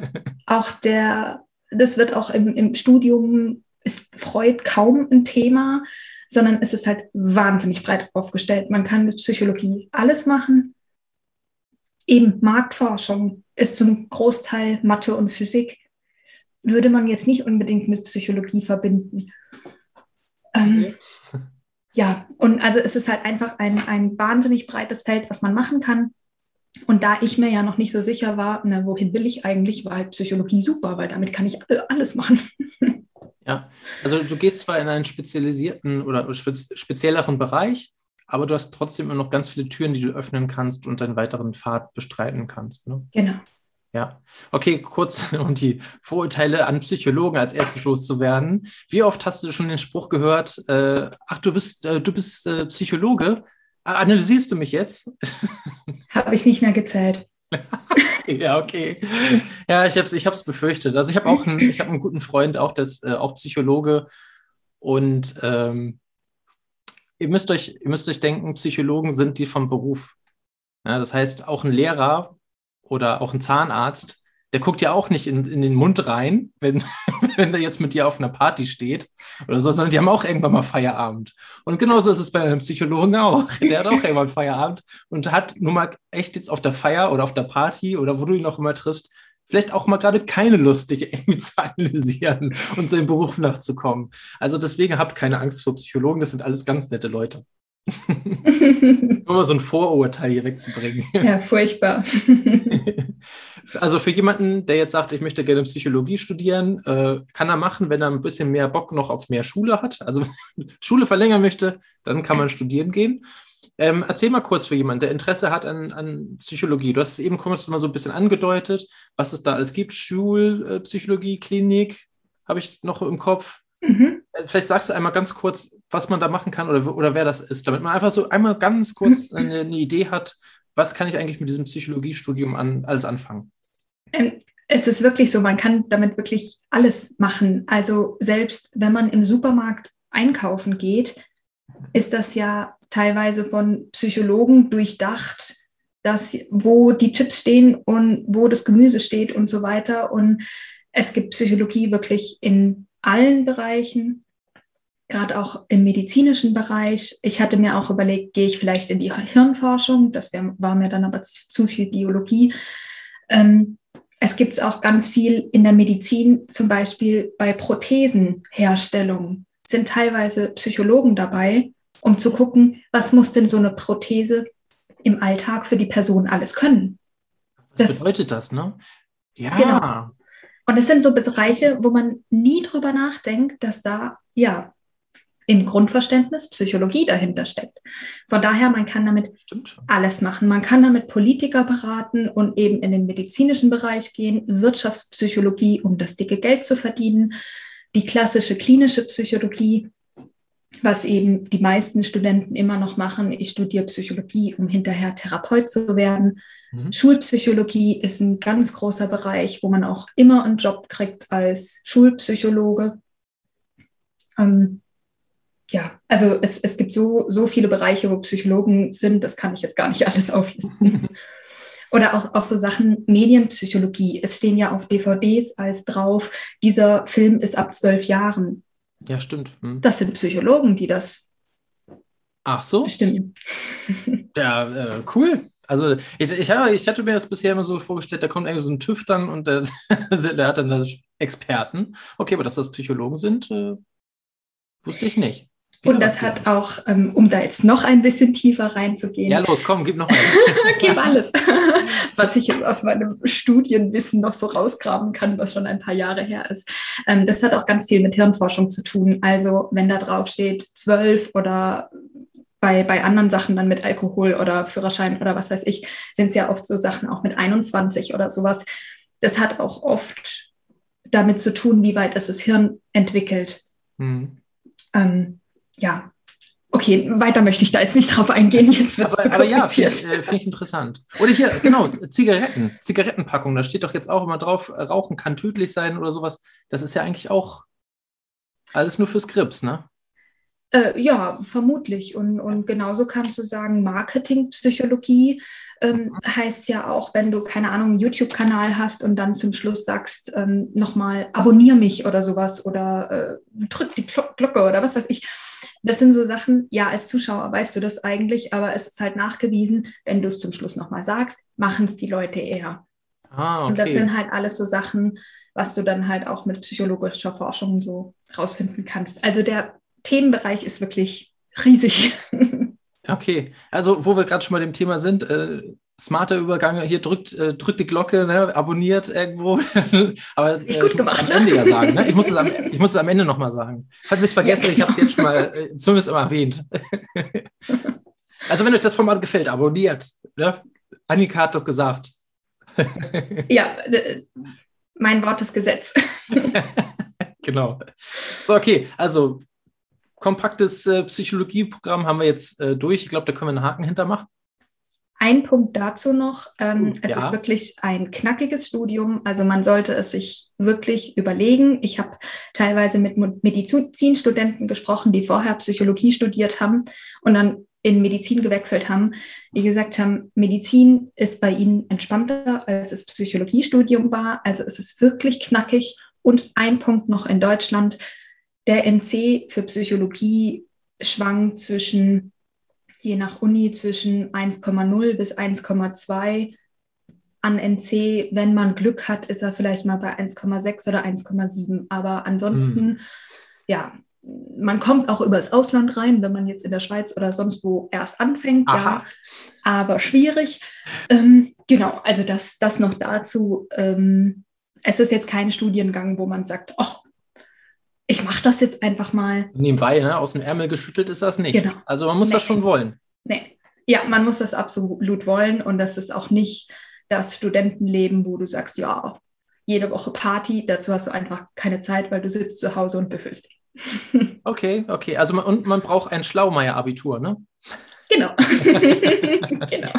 Das wird auch im Studium, ist Freud kaum ein Thema, sondern es ist halt wahnsinnig breit aufgestellt. Man kann mit Psychologie alles machen. Eben Marktforschung ist zum Großteil Mathe und Physik. Würde man jetzt nicht unbedingt mit Psychologie verbinden. Okay. Ja, und also es ist halt einfach ein wahnsinnig breites Feld, was man machen kann. Und da ich mir ja noch nicht so sicher war, wohin will ich eigentlich, war halt Psychologie super, weil damit kann ich alles machen.
Ja, also du gehst zwar in einen spezialisierten oder spezielleren Bereich, aber du hast trotzdem immer noch ganz viele Türen, die du öffnen kannst und deinen weiteren Pfad bestreiten kannst. Ne?
Genau.
Ja, okay, kurz, um die Vorurteile an Psychologen als erstes loszuwerden. Wie oft hast du schon den Spruch gehört, ach, du bist Psychologe? Analysierst du mich jetzt?
Habe ich nicht mehr gezählt.
Ja, okay. Ja, ich hab's befürchtet. Also ich habe einen guten Freund, auch Psychologe. Und ihr müsst euch denken, Psychologen sind die vom Beruf. Ja, das heißt, auch ein Lehrer oder auch ein Zahnarzt, der guckt ja auch nicht in den Mund rein, wenn der jetzt mit dir auf einer Party steht oder so, sondern die haben auch irgendwann mal Feierabend. Und genauso ist es bei einem Psychologen auch. Der hat auch irgendwann Feierabend und hat nun mal echt jetzt auf der Feier oder auf der Party oder wo du ihn auch immer triffst, vielleicht auch mal gerade keine Lust, dich irgendwie zu analysieren und seinem Beruf nachzukommen. Also deswegen habt keine Angst vor Psychologen, das sind alles ganz nette Leute. Nur mal so ein Vorurteil hier wegzubringen.
Ja, furchtbar.
Also für jemanden, der jetzt sagt, ich möchte gerne Psychologie studieren, kann er machen, wenn er ein bisschen mehr Bock noch auf mehr Schule hat. Also Schule verlängern möchte, dann kann man studieren gehen. Erzähl mal kurz für jemanden, der Interesse hat an Psychologie. Du hast es eben kurz mal so ein bisschen angedeutet, was es da alles gibt. Schulpsychologie, Klinik, habe ich noch im Kopf.
Mhm.
Vielleicht sagst du einmal ganz kurz, was man da machen kann oder wer das ist, damit man einfach so einmal ganz kurz eine Idee hat, was kann ich eigentlich mit diesem Psychologiestudium alles anfangen?
Es ist wirklich so, man kann damit wirklich alles machen. Also selbst wenn man im Supermarkt einkaufen geht, ist das ja teilweise von Psychologen durchdacht, wo die Chips stehen und wo das Gemüse steht und so weiter. Und es gibt Psychologie wirklich in allen Bereichen, gerade auch im medizinischen Bereich. Ich hatte mir auch überlegt, gehe ich vielleicht in die Hirnforschung, war mir dann aber zu viel Biologie. Es gibt auch ganz viel in der Medizin, zum Beispiel bei Prothesenherstellung sind teilweise Psychologen dabei, um zu gucken, was muss denn so eine Prothese im Alltag für die Person alles können.
Was bedeutet das, ne? Ja.
Genau. Und es sind so Bereiche, wo man nie drüber nachdenkt, dass da ja im Grundverständnis Psychologie dahinter steckt. Von daher, man kann damit alles machen. Man kann damit Politiker beraten und eben in den medizinischen Bereich gehen, Wirtschaftspsychologie, um das dicke Geld zu verdienen, die klassische klinische Psychologie, was eben die meisten Studenten immer noch machen. Ich studiere Psychologie, um hinterher Therapeut zu werden. Schulpsychologie ist ein ganz großer Bereich, wo man auch immer einen Job kriegt als Schulpsychologe. Ja, also es gibt so viele Bereiche, wo Psychologen sind, das kann ich jetzt gar nicht alles auflisten. Oder auch so Sachen Medienpsychologie. Es stehen ja auf DVDs als drauf, dieser Film ist ab 12 Jahren.
Ja, stimmt.
Das sind Psychologen, die das bestimmen.
Ja, cool. Also ich hatte mir das bisher immer so vorgestellt, da kommt irgendwie so ein TÜV dann und der hat dann da Experten. Okay, aber dass das Psychologen sind, wusste ich nicht.
Und das hat auch, um da jetzt noch ein bisschen tiefer reinzugehen.
Ja, los, komm, gib noch mal.
Gib alles. Was ich jetzt aus meinem Studienwissen noch so rausgraben kann, was schon ein paar Jahre her ist. Das hat auch ganz viel mit Hirnforschung zu tun. Also wenn da drauf steht 12 oder bei anderen Sachen dann mit Alkohol oder Führerschein oder was weiß ich, sind es ja oft so Sachen auch mit 21 oder sowas. Das hat auch oft damit zu tun, wie weit ist das Hirn entwickelt. Ja, okay, weiter möchte ich da jetzt nicht drauf eingehen. Jetzt wird es zu kompliziert.
Ja, finde ich interessant. Oder hier, genau, Zigarettenpackung, da steht doch jetzt auch immer drauf, Rauchen kann tödlich sein oder sowas. Das ist ja eigentlich auch alles nur fürs Grips, ne?
Ja, vermutlich. Und genauso kannst du sagen, Marketingpsychologie heißt ja auch, wenn du, keine Ahnung, einen YouTube-Kanal hast und dann zum Schluss sagst, nochmal abonnier mich oder sowas oder drück die Glocke oder was weiß ich. Das sind so Sachen, ja, als Zuschauer weißt du das eigentlich, aber es ist halt nachgewiesen, wenn du es zum Schluss nochmal sagst, machen es die Leute eher.
Okay.
Und das sind halt alles so Sachen, was du dann halt auch mit psychologischer Forschung so rausfinden kannst. Also der Themenbereich ist wirklich riesig.
Okay, also wo wir gerade schon bei dem Thema sind, smarter Übergang, hier drückt die Glocke, ne, abonniert irgendwo. Aber ich muss es am Ende ja sagen. Ne? Ich muss es am Ende nochmal sagen. Falls ich es vergesse, ich habe es jetzt schon mal zumindest immer erwähnt. Also wenn euch das Format gefällt, abonniert. Ne? Annika hat das gesagt.
Ja, mein Wort ist Gesetz.
Genau. So, okay, also kompaktes Psychologieprogramm haben wir jetzt durch. Ich glaube, da können wir einen Haken hintermachen.
Ein Punkt dazu noch. Es ist wirklich ein knackiges Studium. Also man sollte es sich wirklich überlegen. Ich habe teilweise mit Medizinstudenten gesprochen, die vorher Psychologie studiert haben und dann in Medizin gewechselt haben, die gesagt haben, Medizin ist bei ihnen entspannter, als es Psychologiestudium war. Also es ist wirklich knackig. Und ein Punkt noch in Deutschland, der NC für Psychologie schwankt je nach Uni zwischen 1,0 bis 1,2. an NC, wenn man Glück hat, ist er vielleicht mal bei 1,6 oder 1,7. Aber ansonsten, ja, man kommt auch übers Ausland rein, wenn man jetzt in der Schweiz oder sonst wo erst anfängt,
Aha.
ja, aber schwierig. Genau, also das noch dazu. Es ist jetzt kein Studiengang, wo man sagt, ach, ich mache das jetzt einfach mal.
Nebenbei, ne? Aus dem Ärmel geschüttelt ist das nicht.
Genau.
Also man muss das schon
Nee,
wollen.
nee. Ja, man muss das absolut wollen und das ist auch nicht das Studentenleben, wo du sagst, ja, jede Woche Party, dazu hast du einfach keine Zeit, weil du sitzt zu Hause und büffelst.
Okay. Also man braucht ein Schlaumeier-Abitur, ne?
Genau. Genau.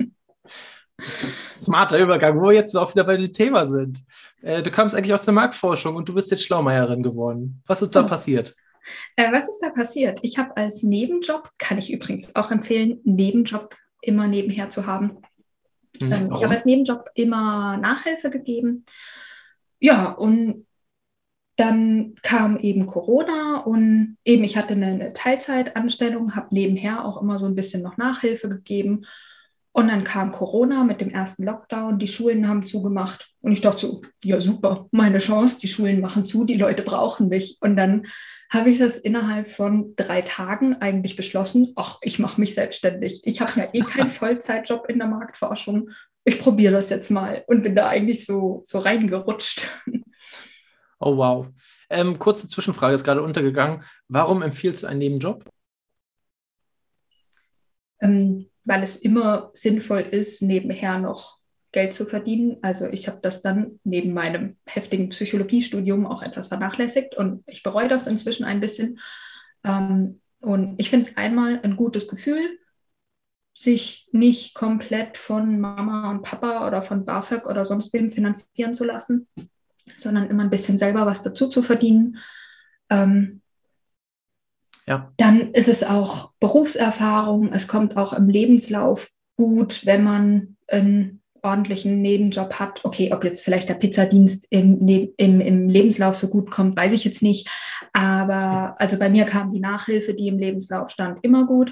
Smarter Übergang, wo wir jetzt auch wieder bei dem Thema sind. Du kamst eigentlich aus der Marktforschung und du bist jetzt Schlaumeierin geworden. Was ist da
Oh.
passiert?
Was ist da passiert? Ich habe als Nebenjob, kann ich übrigens auch empfehlen, Nebenjob immer nebenher zu haben. Ich habe als Nebenjob immer Nachhilfe gegeben. Ja, und dann kam eben Corona und eben ich hatte eine Teilzeitanstellung, habe nebenher auch immer so ein bisschen noch Nachhilfe gegeben. Und dann kam Corona mit dem ersten Lockdown, die Schulen haben zugemacht. Und ich dachte so, ja super, meine Chance, die Schulen machen zu, die Leute brauchen mich. Und dann habe ich das innerhalb von 3 Tagen eigentlich beschlossen, ach, ich mache mich selbstständig. Ich habe ja eh keinen Vollzeitjob in der Marktforschung. Ich probiere das jetzt mal und bin da eigentlich so reingerutscht.
Oh, wow. Kurze Zwischenfrage ist gerade untergegangen. Warum empfiehlst du einen Nebenjob?
Weil es immer sinnvoll ist, nebenher noch Geld zu verdienen. Also ich habe das dann neben meinem heftigen Psychologiestudium auch etwas vernachlässigt und ich bereue das inzwischen ein bisschen. Und ich finde es einmal ein gutes Gefühl, sich nicht komplett von Mama und Papa oder von BAföG oder sonst wem finanzieren zu lassen, sondern immer ein bisschen selber was dazu zu verdienen.
Ja.
Dann ist es auch Berufserfahrung. Es kommt auch im Lebenslauf gut, wenn man einen ordentlichen Nebenjob hat. Okay, ob jetzt vielleicht der Pizzadienst im Lebenslauf so gut kommt, weiß ich jetzt nicht. Aber also bei mir kam die Nachhilfe, die im Lebenslauf stand, immer gut.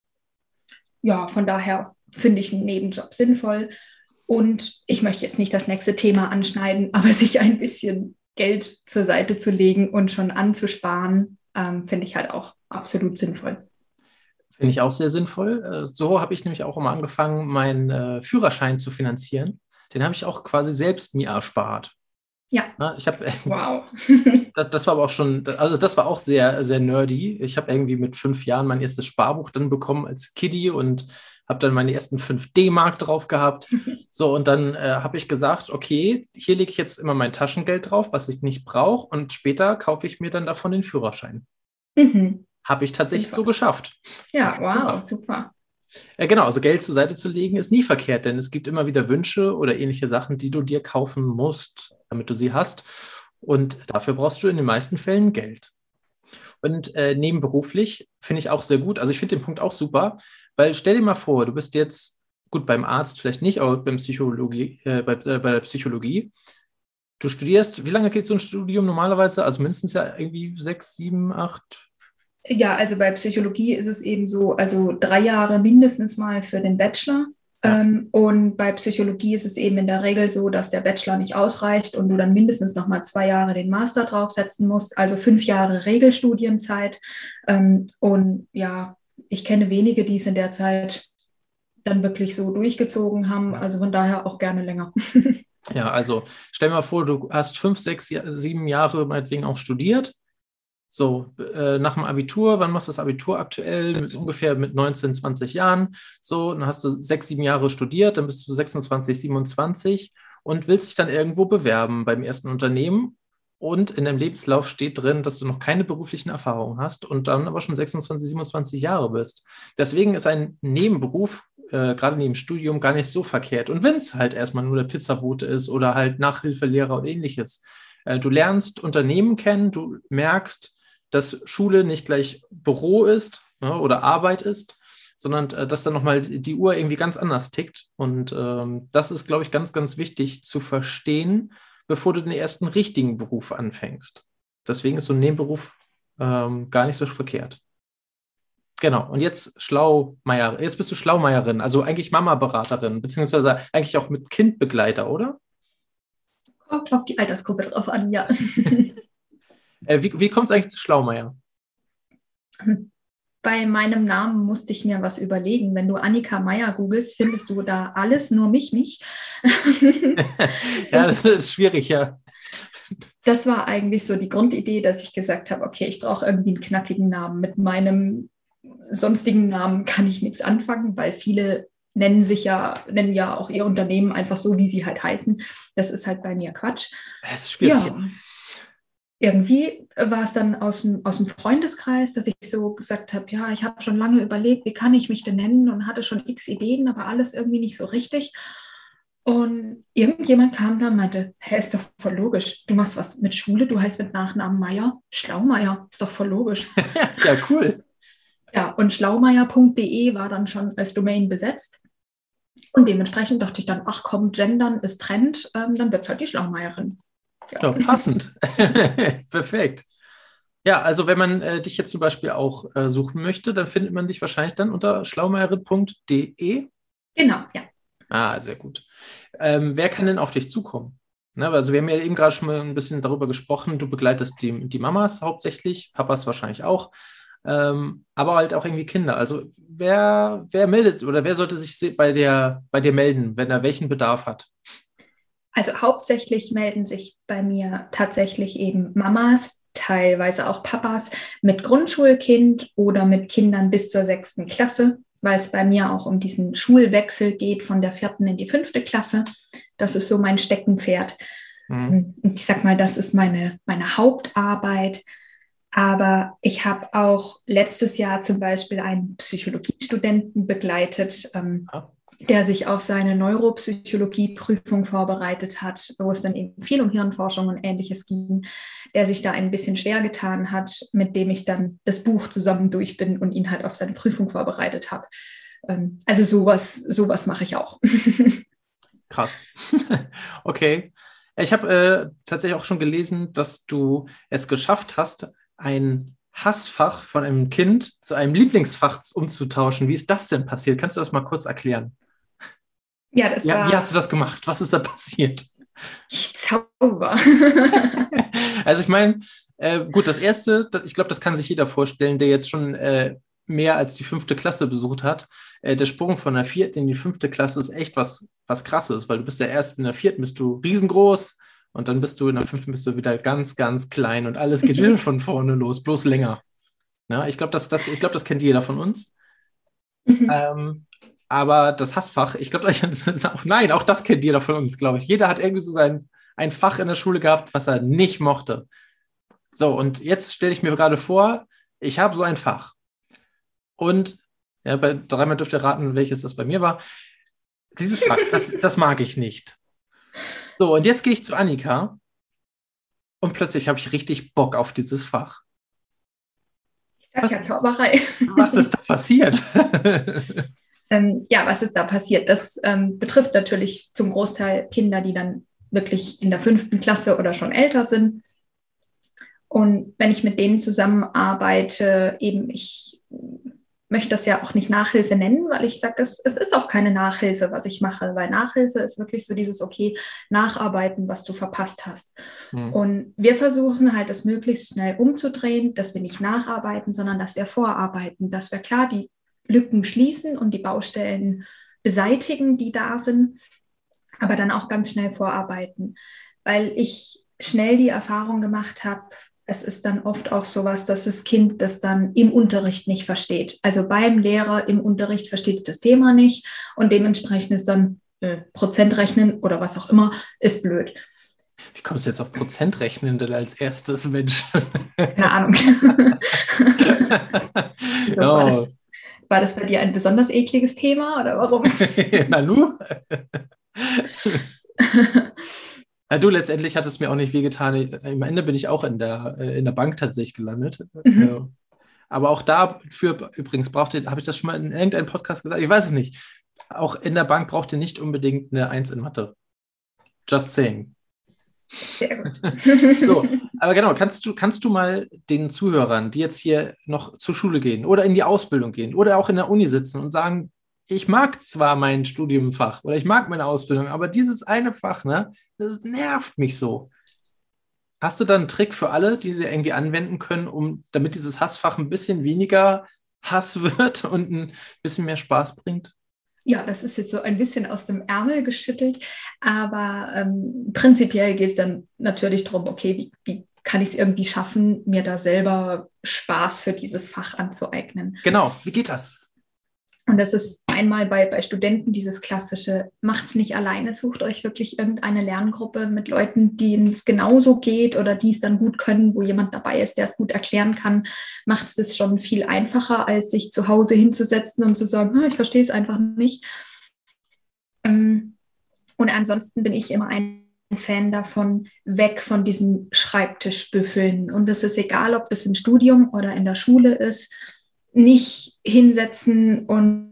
Ja, von daher finde ich einen Nebenjob sinnvoll. Und ich möchte jetzt nicht das nächste Thema anschneiden, aber sich ein bisschen Geld zur Seite zu legen und schon anzusparen, finde ich halt auch absolut sinnvoll.
Finde ich auch sehr sinnvoll. So habe ich nämlich auch immer angefangen, meinen Führerschein zu finanzieren. Den habe ich auch quasi selbst mir erspart.
Ja.
Ja, ich habe
Wow.
das war aber auch schon, also das war auch sehr, sehr nerdy. Ich habe irgendwie mit 5 Jahren mein erstes Sparbuch dann bekommen als Kiddie und habe dann meine ersten 5 D-Mark drauf gehabt. So, und dann habe ich gesagt, okay, hier lege ich jetzt immer mein Taschengeld drauf, was ich nicht brauche, und später kaufe ich mir dann davon den Führerschein.
Mhm.
Habe ich tatsächlich so
Sinnvoll.
geschafft.
Ja, wow, super.
Genau, also Geld zur Seite zu legen ist nie verkehrt, denn es gibt immer wieder Wünsche oder ähnliche Sachen, die du dir kaufen musst, damit du sie hast. Und dafür brauchst du in den meisten Fällen Geld. Und nebenberuflich finde ich auch sehr gut. Also ich finde den Punkt auch super, weil stell dir mal vor, du bist jetzt, gut, beim Arzt vielleicht nicht, aber bei der Psychologie. Du studierst, wie lange geht so ein Studium normalerweise? Also mindestens ja irgendwie 6, 7, 8.
Ja, also bei Psychologie ist es eben so, also 3 Jahre mindestens mal für den Bachelor.
Ja.
Und bei Psychologie ist es eben in der Regel so, dass der Bachelor nicht ausreicht und du dann mindestens nochmal 2 Jahre den Master draufsetzen musst, also 5 Jahre Regelstudienzeit. Und ja, ich kenne wenige, die es in der Zeit dann wirklich so durchgezogen haben,
Ja.
also von daher auch gerne länger.
Ja, also stell dir mal vor, du hast 5, 6, 7 Jahre meinetwegen auch studiert. So, nach dem Abitur, wann machst du das Abitur aktuell? Ungefähr mit 19, 20 Jahren. So, dann hast du 6, 7 Jahre studiert, dann bist du 26, 27 und willst dich dann irgendwo bewerben beim ersten Unternehmen. Und in deinem Lebenslauf steht drin, dass du noch keine beruflichen Erfahrungen hast und dann aber schon 26, 27 Jahre bist. Deswegen ist ein Nebenberuf, gerade neben Studium, gar nicht so verkehrt. Und wenn es halt erstmal nur der Pizzabote ist oder halt Nachhilfelehrer oder ähnliches. Du lernst Unternehmen kennen, du merkst, dass Schule nicht gleich Büro ist, ne, oder Arbeit ist, sondern dass dann nochmal die Uhr irgendwie ganz anders tickt. Und das ist, glaube ich, ganz, ganz wichtig zu verstehen, bevor du den ersten richtigen Beruf anfängst. Deswegen ist so ein Nebenberuf gar nicht so verkehrt. Genau. Und jetzt Schlaumeier. Jetzt bist du Schlaumeierin, also eigentlich Mama-Beraterin, beziehungsweise eigentlich auch mit Kindbegleiter, oder?
Kommt auf die Altersgruppe drauf an, ja.
Wie kommt es eigentlich zu Schlaumeier?
Bei meinem Namen musste ich mir was überlegen. Wenn du Annika Meier googelst, findest du da alles, nur mich nicht.
Ja, das ist schwierig, ja.
Das war eigentlich so die Grundidee, dass ich gesagt habe, okay, ich brauche irgendwie einen knackigen Namen. Mit meinem sonstigen Namen kann ich nichts anfangen, weil viele nennen ja auch ihr Unternehmen einfach so, wie sie halt heißen. Das ist halt bei mir Quatsch.
Das ist schwierig.
Ja, irgendwie war es dann aus dem Freundeskreis, dass ich so gesagt habe, ja, ich habe schon lange überlegt, wie kann ich mich denn nennen und hatte schon x Ideen, aber alles irgendwie nicht so richtig. Und irgendjemand kam dann und meinte, hä, ist doch voll logisch. Du machst was mit Schule, du heißt mit Nachnamen Meier, Schlaumeier, ist doch voll logisch.
Ja, cool.
Ja, und schlaumeier.de war dann schon als Domain besetzt. Und dementsprechend dachte ich dann, ach komm, Gendern ist Trend, dann wird es halt die Schlaumeierin.
Ja, passend. Perfekt. Ja, also wenn man dich jetzt zum Beispiel auch suchen möchte, dann findet man dich wahrscheinlich dann unter schlaumeierin.de.
Genau, ja.
Ah, sehr gut. Wer kann denn auf dich zukommen? Ne, also wir haben ja eben gerade schon mal ein bisschen darüber gesprochen, du begleitest die Mamas hauptsächlich, Papas wahrscheinlich auch, aber halt auch irgendwie Kinder. Also wer meldet oder wer sollte sich bei dir melden, wenn er welchen Bedarf hat?
Also hauptsächlich melden sich bei mir tatsächlich eben Mamas, teilweise auch Papas mit Grundschulkind oder mit Kindern bis zur 6. Klasse, weil es bei mir auch um diesen Schulwechsel geht von der 4. in die 5. Klasse. Das ist so mein Steckenpferd.
Mhm.
Und ich sag mal, das ist meine Hauptarbeit. Aber ich habe auch letztes Jahr zum Beispiel einen Psychologiestudenten begleitet,
Ja.
der sich auf seine Neuropsychologie-Prüfung vorbereitet hat, wo es dann eben viel um Hirnforschung und Ähnliches ging, der sich da ein bisschen schwer getan hat, mit dem ich dann das Buch zusammen durch bin und ihn halt auf seine Prüfung vorbereitet habe. Also sowas mache ich auch.
Krass. Okay. Ich habe tatsächlich auch schon gelesen, dass du es geschafft hast, ein Hassfach von einem Kind zu einem Lieblingsfach umzutauschen. Wie ist das denn passiert? Kannst du das mal kurz erklären?
Ja, das
Ja, wie
war
hast du das gemacht? Was ist da passiert?
ich Zauber.
Also ich meine, gut, das Erste, ich glaube, das kann sich jeder vorstellen, der jetzt schon mehr als die 5. Klasse besucht hat. Der Sprung von der 4. in die 5. Klasse ist echt was Krasses, weil du bist ja erst in der 4. bist du riesengroß und dann bist du in der 5. bist du wieder ganz, ganz klein und alles geht wieder von vorne los, bloß länger. Ja, ich glaube, das kennt jeder von uns. Ähm, aber das Hassfach, ich glaube, nein, auch das kennt jeder von uns, glaube ich. Jeder hat irgendwie so ein Fach in der Schule gehabt, was er nicht mochte. So, und jetzt stelle ich mir gerade vor, ich habe so ein Fach. Und ja, dreimal dürft ihr raten, welches das bei mir war. Dieses Fach, das mag ich nicht. So, und jetzt gehe ich zu Annika und plötzlich habe ich richtig Bock auf dieses Fach.
Ich sag ja Zauberei.
Was ist da passiert?
Ja, was ist da passiert? Das betrifft natürlich zum Großteil Kinder, die dann wirklich in der 5. Klasse oder schon älter sind. Und wenn ich mit denen zusammenarbeite, eben ich möchte das ja auch nicht Nachhilfe nennen, weil ich sage, es ist auch keine Nachhilfe, was ich mache, weil Nachhilfe ist wirklich so dieses, okay, nacharbeiten, was du verpasst hast. Und wir versuchen halt, das möglichst schnell umzudrehen, dass wir nicht nacharbeiten, sondern dass wir vorarbeiten, dass wir klar die Lücken schließen und die Baustellen beseitigen, die da sind, aber dann auch ganz schnell vorarbeiten, weil ich schnell die Erfahrung gemacht habe, es ist dann oft auch sowas, dass das Kind das dann im Unterricht nicht versteht. Also beim Lehrer im Unterricht versteht es das Thema nicht und dementsprechend ist dann Prozentrechnen oder was auch immer, ist blöd.
Wie kommst du jetzt auf Prozentrechnen denn als erstes, Mensch?
Keine Ahnung. So, war das bei dir ein besonders ekliges Thema oder warum?
Na nu? Ja, du, letztendlich hat es mir auch nicht wehgetan. Am Ende bin ich auch in der Bank tatsächlich gelandet. Aber auch dafür, übrigens, habe ich das schon mal in irgendeinem Podcast gesagt? Ich weiß es nicht. Auch in der Bank braucht ihr nicht unbedingt eine 1 in Mathe. Just saying.
Sehr gut.
So, aber genau, kannst du mal den Zuhörern, die jetzt hier noch zur Schule gehen oder in die Ausbildung gehen oder auch in der Uni sitzen und sagen, ich mag zwar mein Studiumfach oder ich mag meine Ausbildung, aber dieses eine Fach, ne, das nervt mich so. Hast du da einen Trick für alle, die sie irgendwie anwenden können, damit dieses Hassfach ein bisschen weniger Hass wird und ein bisschen mehr Spaß bringt?
Ja, das ist jetzt so ein bisschen aus dem Ärmel geschüttelt, aber prinzipiell geht es dann natürlich darum, okay, wie kann ich es irgendwie schaffen, mir da selber Spaß für dieses Fach anzueignen?
Genau, wie geht das?
Und das ist einmal bei Studenten dieses klassische, macht es nicht alleine, sucht euch wirklich irgendeine Lerngruppe mit Leuten, denen es genauso geht oder die es dann gut können, wo jemand dabei ist, der es gut erklären kann, macht es das schon viel einfacher, als sich zu Hause hinzusetzen und zu sagen, ich verstehe es einfach nicht. Und ansonsten bin ich immer ein Fan davon, weg von diesen Schreibtischbüffeln. Und es ist egal, ob das im Studium oder in der Schule ist, nicht hinsetzen und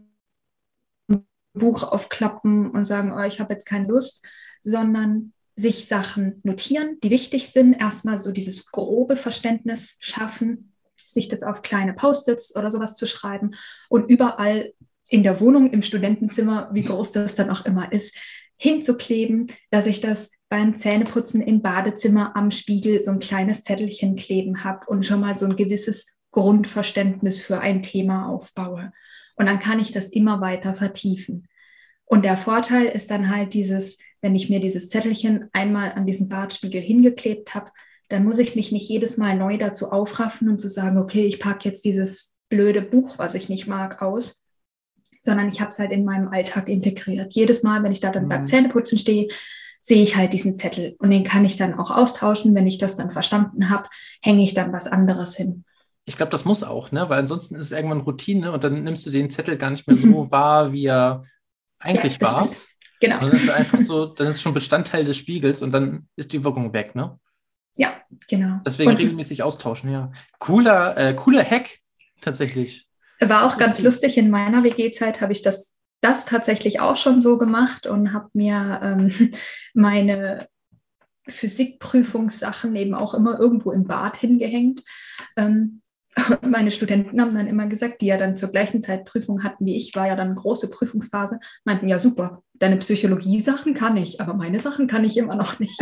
Buch aufklappen und sagen, ich habe jetzt keine Lust, sondern sich Sachen notieren, die wichtig sind, erstmal so dieses grobe Verständnis schaffen, sich das auf kleine Post-its oder sowas zu schreiben und überall in der Wohnung, im Studentenzimmer, wie groß das dann auch immer ist, hinzukleben, dass ich das beim Zähneputzen im Badezimmer am Spiegel so ein kleines Zettelchen kleben habe und schon mal so ein gewisses Grundverständnis für ein Thema aufbaue. Und dann kann ich das immer weiter vertiefen. Und der Vorteil ist dann halt wenn ich mir dieses Zettelchen einmal an diesen Badspiegel hingeklebt habe, dann muss ich mich nicht jedes Mal neu dazu aufraffen und zu sagen, okay, ich packe jetzt dieses blöde Buch, was ich nicht mag, aus, sondern ich habe es halt in meinem Alltag integriert. Jedes Mal, wenn ich da dann beim Zähneputzen stehe, sehe ich halt diesen Zettel und den kann ich dann auch austauschen. Wenn ich das dann verstanden habe, hänge ich dann was anderes hin.
Ich glaube, das muss auch, ne? Weil ansonsten ist es irgendwann Routine und dann nimmst du den Zettel gar nicht mehr so wahr, wie er eigentlich war.
Stimmt. Genau.
Dann ist es einfach so, dann ist es schon Bestandteil des Spiegels und dann ist die Wirkung weg, ne?
Ja, genau.
Deswegen regelmäßig austauschen, ja. Cooler Hack, tatsächlich.
War auch ganz lustig. In meiner WG-Zeit habe ich das tatsächlich auch schon so gemacht und habe mir meine Physikprüfungssachen eben auch immer irgendwo im Bad hingehängt. Meine Studenten haben dann immer gesagt, die ja dann zur gleichen Zeit Prüfung hatten wie ich, war ja dann eine große Prüfungsphase, meinten, ja super, deine Psychologie-Sachen kann ich, aber meine Sachen kann ich immer noch nicht.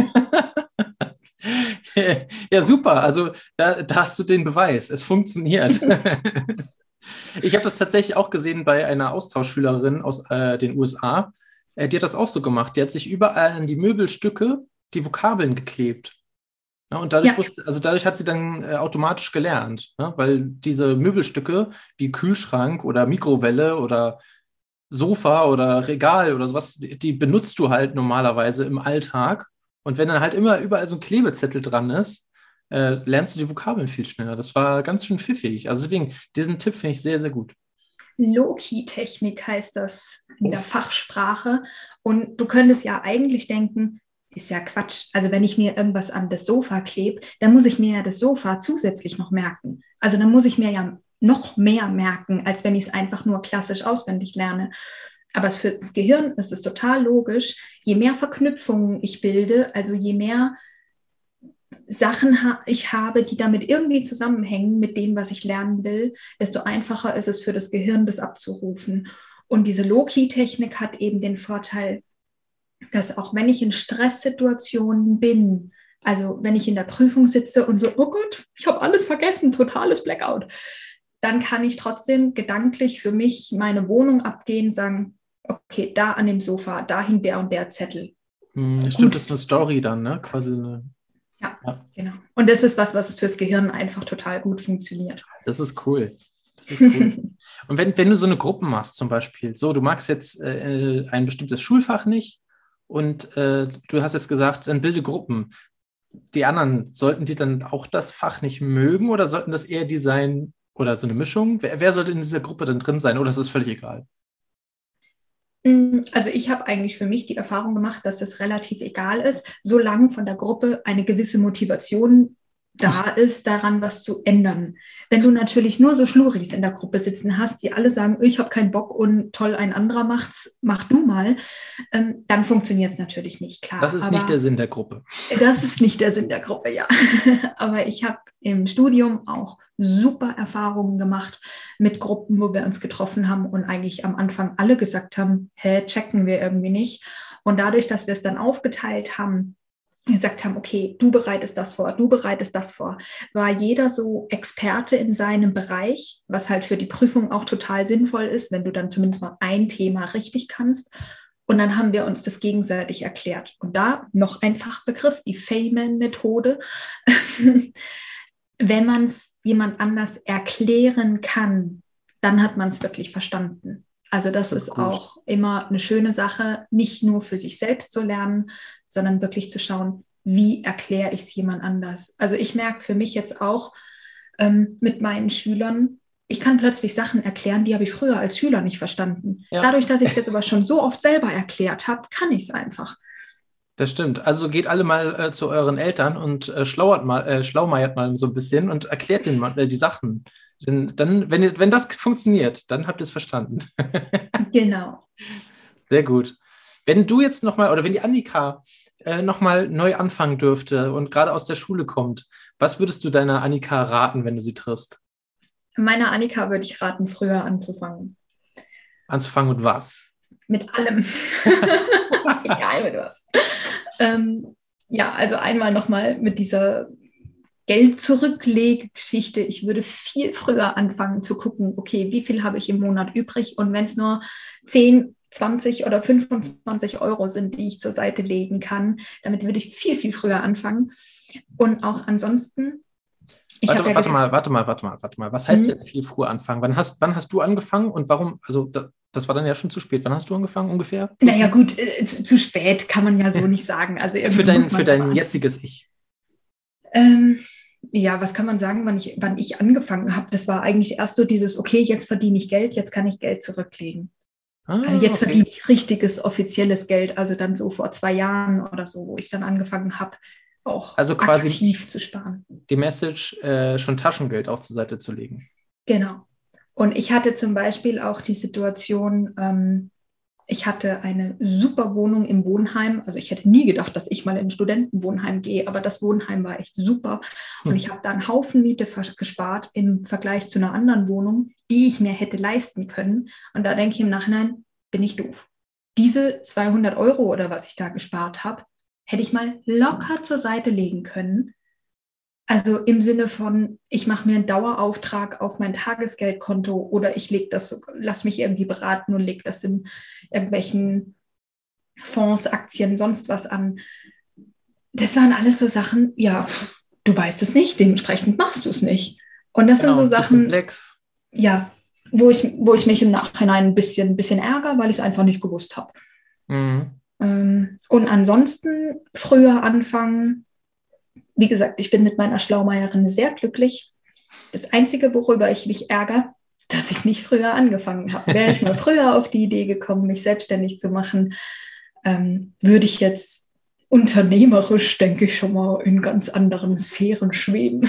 Ja, super. Also da hast du den Beweis. Es funktioniert. Ich habe das tatsächlich auch gesehen bei einer Austauschschülerin aus den USA. Die hat das auch so gemacht. Die hat sich überall an die Möbelstücke die Vokabeln geklebt. Ja, und dadurch hat sie dann automatisch gelernt, ne? Weil diese Möbelstücke wie Kühlschrank oder Mikrowelle oder Sofa oder Regal oder sowas, die benutzt du halt normalerweise im Alltag. Und wenn dann halt immer überall so ein Klebezettel dran ist, lernst du die Vokabeln viel schneller. Das war ganz schön pfiffig. Also deswegen, diesen Tipp finde ich sehr, sehr gut.
Loki-Technik heißt das in der Fachsprache. Und du könntest ja eigentlich denken, ist ja Quatsch. Also wenn ich mir irgendwas an das Sofa klebe, dann muss ich mir ja das Sofa zusätzlich noch merken. Also dann muss ich mir ja noch mehr merken, als wenn ich es einfach nur klassisch auswendig lerne. Aber für das Gehirn ist es total logisch, je mehr Verknüpfungen ich bilde, also je mehr Sachen ich habe, die damit irgendwie zusammenhängen mit dem, was ich lernen will, desto einfacher ist es für das Gehirn, das abzurufen. Und diese Loki-Technik hat eben den Vorteil, dass auch wenn ich in Stresssituationen bin, also wenn ich in der Prüfung sitze und so, oh Gott, ich habe alles vergessen, totales Blackout, dann kann ich trotzdem gedanklich für mich meine Wohnung abgehen, sagen, okay, da an dem Sofa, da hing der und der Zettel.
Stimmt, das ist eine Story dann, ne? Quasi eine.
Ja, genau. Und das ist was fürs Gehirn einfach total gut funktioniert.
Das ist cool. Das ist cool. Und wenn du so eine Gruppe machst zum Beispiel, so, du magst jetzt ein bestimmtes Schulfach nicht und du hast jetzt gesagt, dann bilde Gruppen. Die anderen, sollten die dann auch das Fach nicht mögen oder sollten das eher die sein oder so eine Mischung? Wer sollte in dieser Gruppe dann drin sein oder ist das völlig egal?
Also ich habe eigentlich für mich die Erfahrung gemacht, dass das relativ egal ist, solange von der Gruppe eine gewisse Motivation da ist, daran was zu ändern. Wenn du natürlich nur so Schluris in der Gruppe sitzen hast, die alle sagen, ich habe keinen Bock und toll, ein anderer macht's, mach du mal, dann funktioniert es natürlich nicht, klar.
Das ist nicht der Sinn der Gruppe.
Das ist nicht der Sinn der Gruppe, ja. Aber ich habe im Studium auch super Erfahrungen gemacht mit Gruppen, wo wir uns getroffen haben und eigentlich am Anfang alle gesagt haben, checken wir irgendwie nicht. Und dadurch, dass wir es dann aufgeteilt haben, gesagt haben, okay, du bereitest das vor, du bereitest das vor, war jeder so Experte in seinem Bereich, was halt für die Prüfung auch total sinnvoll ist, wenn du dann zumindest mal ein Thema richtig kannst. Und dann haben wir uns das gegenseitig erklärt. Und da noch ein Fachbegriff, die Feynman-Methode. Wenn man es jemand anders erklären kann, dann hat man es wirklich verstanden. Also das ist auch immer eine schöne Sache, nicht nur für sich selbst zu lernen, sondern wirklich zu schauen, wie erkläre ich es jemand anders. Also ich merke für mich jetzt auch mit meinen Schülern, ich kann plötzlich Sachen erklären, die habe ich früher als Schüler nicht verstanden. Ja. Dadurch, dass ich es jetzt aber schon so oft selber erklärt habe, kann ich es einfach.
Das stimmt. Also geht alle mal zu euren Eltern und schlaumeiert mal so ein bisschen und erklärt denen mal die Sachen. Denn dann, wenn das funktioniert, dann habt ihr es verstanden.
Genau.
Sehr gut. Wenn du jetzt nochmal, oder wenn die Annika nochmal neu anfangen dürfte und gerade aus der Schule kommt, was würdest du deiner Annika raten, wenn du sie triffst?
Meiner Annika würde ich raten, früher anzufangen.
Anzufangen mit was?
Mit allem. Egal mit was. Ja, also einmal nochmal mit dieser Geld-Zurückleg-Geschichte. Ich würde viel früher anfangen zu gucken, okay, wie viel habe ich im Monat übrig? Und wenn es nur 10, 20 oder 25 Euro sind, die ich zur Seite legen kann, damit würde ich viel, viel früher anfangen. Und auch ansonsten...
Warte mal. Was heißt denn viel früher anfangen? Wann hast du angefangen und warum? Also das war dann ja schon zu spät. Wann hast du angefangen ungefähr?
Naja gut, zu spät kann man ja so nicht sagen. Also
für dein jetziges Ich.
Ja, was kann man sagen, wann ich angefangen habe? Das war eigentlich erst so dieses, okay, jetzt verdiene ich Geld, jetzt kann ich Geld zurücklegen. Also jetzt verdiene ich richtiges, offizielles Geld, also dann so vor 2 Jahren oder so, wo ich dann angefangen habe, auch
also quasi
aktiv zu sparen.
Die Message, schon Taschengeld auch zur Seite zu legen.
Genau. Und ich hatte zum Beispiel auch die Situation, ich hatte eine super Wohnung im Wohnheim. Also ich hätte nie gedacht, dass ich mal in ein Studentenwohnheim gehe, aber das Wohnheim war echt super. Und ich habe da einen Haufen Miete gespart im Vergleich zu einer anderen Wohnung, die ich mir hätte leisten können. Und da denke ich im Nachhinein, bin ich doof. Diese 200 Euro oder was ich da gespart habe, hätte ich mal locker zur Seite legen können. Also im Sinne von, ich mache mir einen Dauerauftrag auf mein Tagesgeldkonto oder ich lass mich irgendwie beraten und lege das in irgendwelchen Fonds, Aktien, sonst was an. Das waren alles so Sachen, ja, du weißt es nicht, dementsprechend machst du es nicht. Und das sind so Sachen, ja, wo ich mich im Nachhinein ein bisschen ärgere, weil ich es einfach nicht gewusst habe.
Mhm.
Und ansonsten früher anfangen. Wie gesagt, ich bin mit meiner Schlaumeierin sehr glücklich. Das Einzige, worüber ich mich ärgere, dass ich nicht früher angefangen habe. Wäre ich mal früher auf die Idee gekommen, mich selbstständig zu machen, würde ich jetzt unternehmerisch, denke ich, schon mal in ganz anderen Sphären schweben.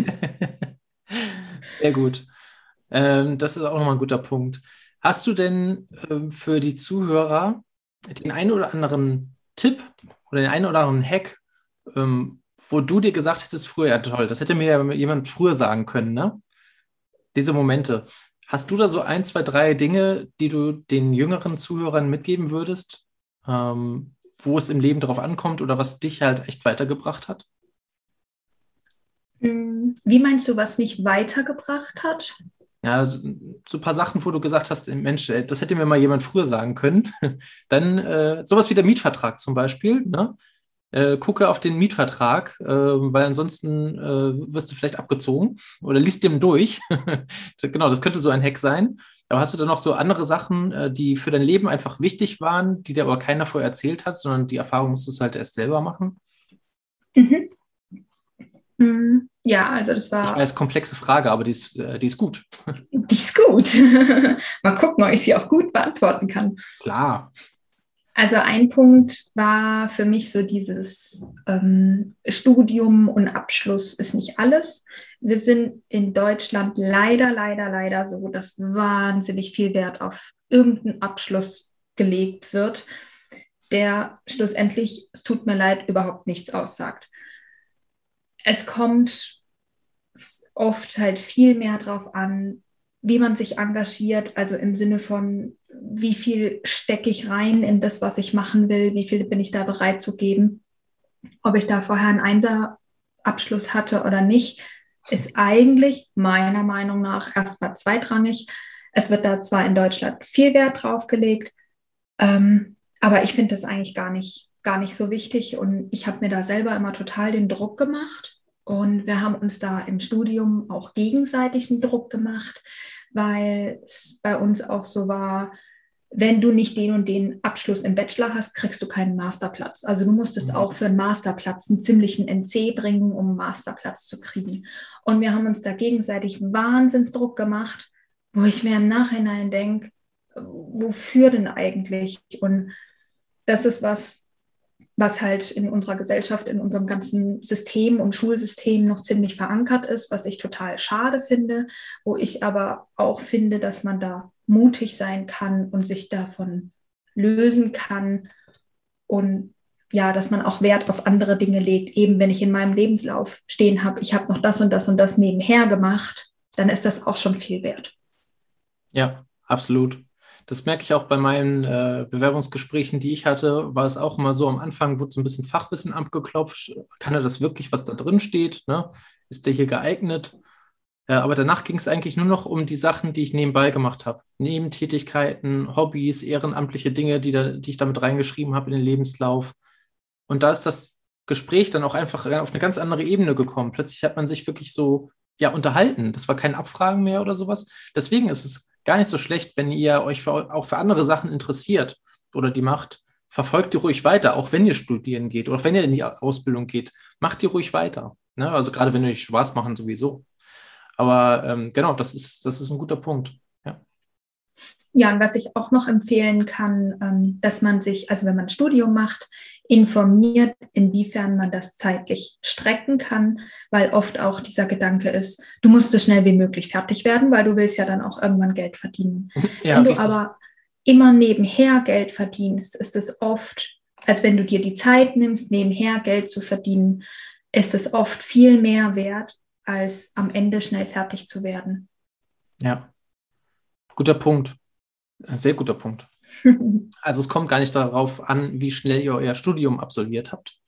Sehr gut. Das ist auch nochmal ein guter Punkt. Hast du denn für die Zuhörer den einen oder anderen Tipp oder den einen oder anderen Hack, wo du dir gesagt hättest, früher, ja toll, das hätte mir ja jemand früher sagen können, ne? Diese Momente. Hast du da so 1, 2, 3 Dinge, die du den jüngeren Zuhörern mitgeben würdest, wo es im Leben drauf ankommt oder was dich halt echt weitergebracht hat?
Wie meinst du, was mich weitergebracht hat?
Ja, so ein paar Sachen, wo du gesagt hast, Mensch, das hätte mir mal jemand früher sagen können. Dann sowas wie der Mietvertrag zum Beispiel, ne? Gucke auf den Mietvertrag, weil ansonsten wirst du vielleicht abgezogen oder liest dem durch. Genau, das könnte so ein Hack sein. Aber hast du dann noch so andere Sachen, die für dein Leben einfach wichtig waren, die dir aber keiner vorher erzählt hat, sondern die Erfahrung musstest du halt erst selber machen?
Ja, also das war...
Ich weiß, komplexe Frage, aber die ist gut.
Die ist gut. Mal gucken, ob ich sie auch gut beantworten kann.
Klar.
Also ein Punkt war für mich so dieses Studium und Abschluss ist nicht alles. Wir sind in Deutschland leider, leider, leider so, dass wahnsinnig viel Wert auf irgendeinen Abschluss gelegt wird, der schlussendlich, es tut mir leid, überhaupt nichts aussagt. Es kommt oft halt viel mehr drauf an, wie man sich engagiert, also im Sinne von, wie viel stecke ich rein in das, was ich machen will, wie viel bin ich da bereit zu geben. Ob ich da vorher einen Einser-Abschluss hatte oder nicht, ist eigentlich meiner Meinung nach erstmal zweitrangig. Es wird da zwar in Deutschland viel Wert drauf gelegt, aber ich finde das eigentlich gar nicht so wichtig und ich habe mir da selber immer total den Druck gemacht und wir haben uns da im Studium auch gegenseitig einen Druck gemacht, weil es bei uns auch so war, wenn du nicht den und den Abschluss im Bachelor hast, kriegst du keinen Masterplatz. Also du musstest auch für einen Masterplatz einen ziemlichen NC bringen, um einen Masterplatz zu kriegen. Und wir haben uns da gegenseitig Wahnsinnsdruck gemacht, wo ich mir im Nachhinein denke, wofür denn eigentlich? Und das ist was halt in unserer Gesellschaft, in unserem ganzen System und Schulsystem noch ziemlich verankert ist, was ich total schade finde, wo ich aber auch finde, dass man da mutig sein kann und sich davon lösen kann und ja, dass man auch Wert auf andere Dinge legt. Eben wenn ich in meinem Lebenslauf stehen habe, ich habe noch das und das nebenher gemacht, dann ist das auch schon viel wert.
Ja, absolut. Das merke ich auch bei meinen Bewerbungsgesprächen, die ich hatte, war es auch immer so, am Anfang wurde so ein bisschen Fachwissen abgeklopft. Kann er das wirklich, was da drin steht? Ne? Ist der hier geeignet? Aber danach ging es eigentlich nur noch um die Sachen, die ich nebenbei gemacht habe. Nebentätigkeiten, Hobbys, ehrenamtliche Dinge, die ich damit reingeschrieben habe in den Lebenslauf. Und da ist das Gespräch dann auch einfach auf eine ganz andere Ebene gekommen. Plötzlich hat man sich wirklich so, ja, unterhalten. Das war kein Abfragen mehr oder sowas. Deswegen ist es gar nicht so schlecht, wenn ihr euch auch für andere Sachen interessiert oder die macht. Verfolgt die ruhig weiter, auch wenn ihr studieren geht oder wenn ihr in die Ausbildung geht. Macht die ruhig weiter. Ne? Also gerade wenn euch Spaß machen sowieso. Aber genau, das ist ein guter Punkt. Ja.
Ja, und was ich auch noch empfehlen kann, dass man sich, also wenn man ein Studium macht, informiert, inwiefern man das zeitlich strecken kann, weil oft auch dieser Gedanke ist, du musst so schnell wie möglich fertig werden, weil du willst ja dann auch irgendwann Geld verdienen.
Ja,
Wenn du
richtig.
aber immer nebenher Geld verdienst, ist es oft, als wenn du dir die Zeit nimmst, nebenher Geld zu verdienen, ist es oft viel mehr wert, als am Ende schnell fertig zu werden.
Ja, guter Punkt. Ein sehr guter Punkt. Also es kommt gar nicht darauf an, wie schnell ihr euer Studium absolviert habt.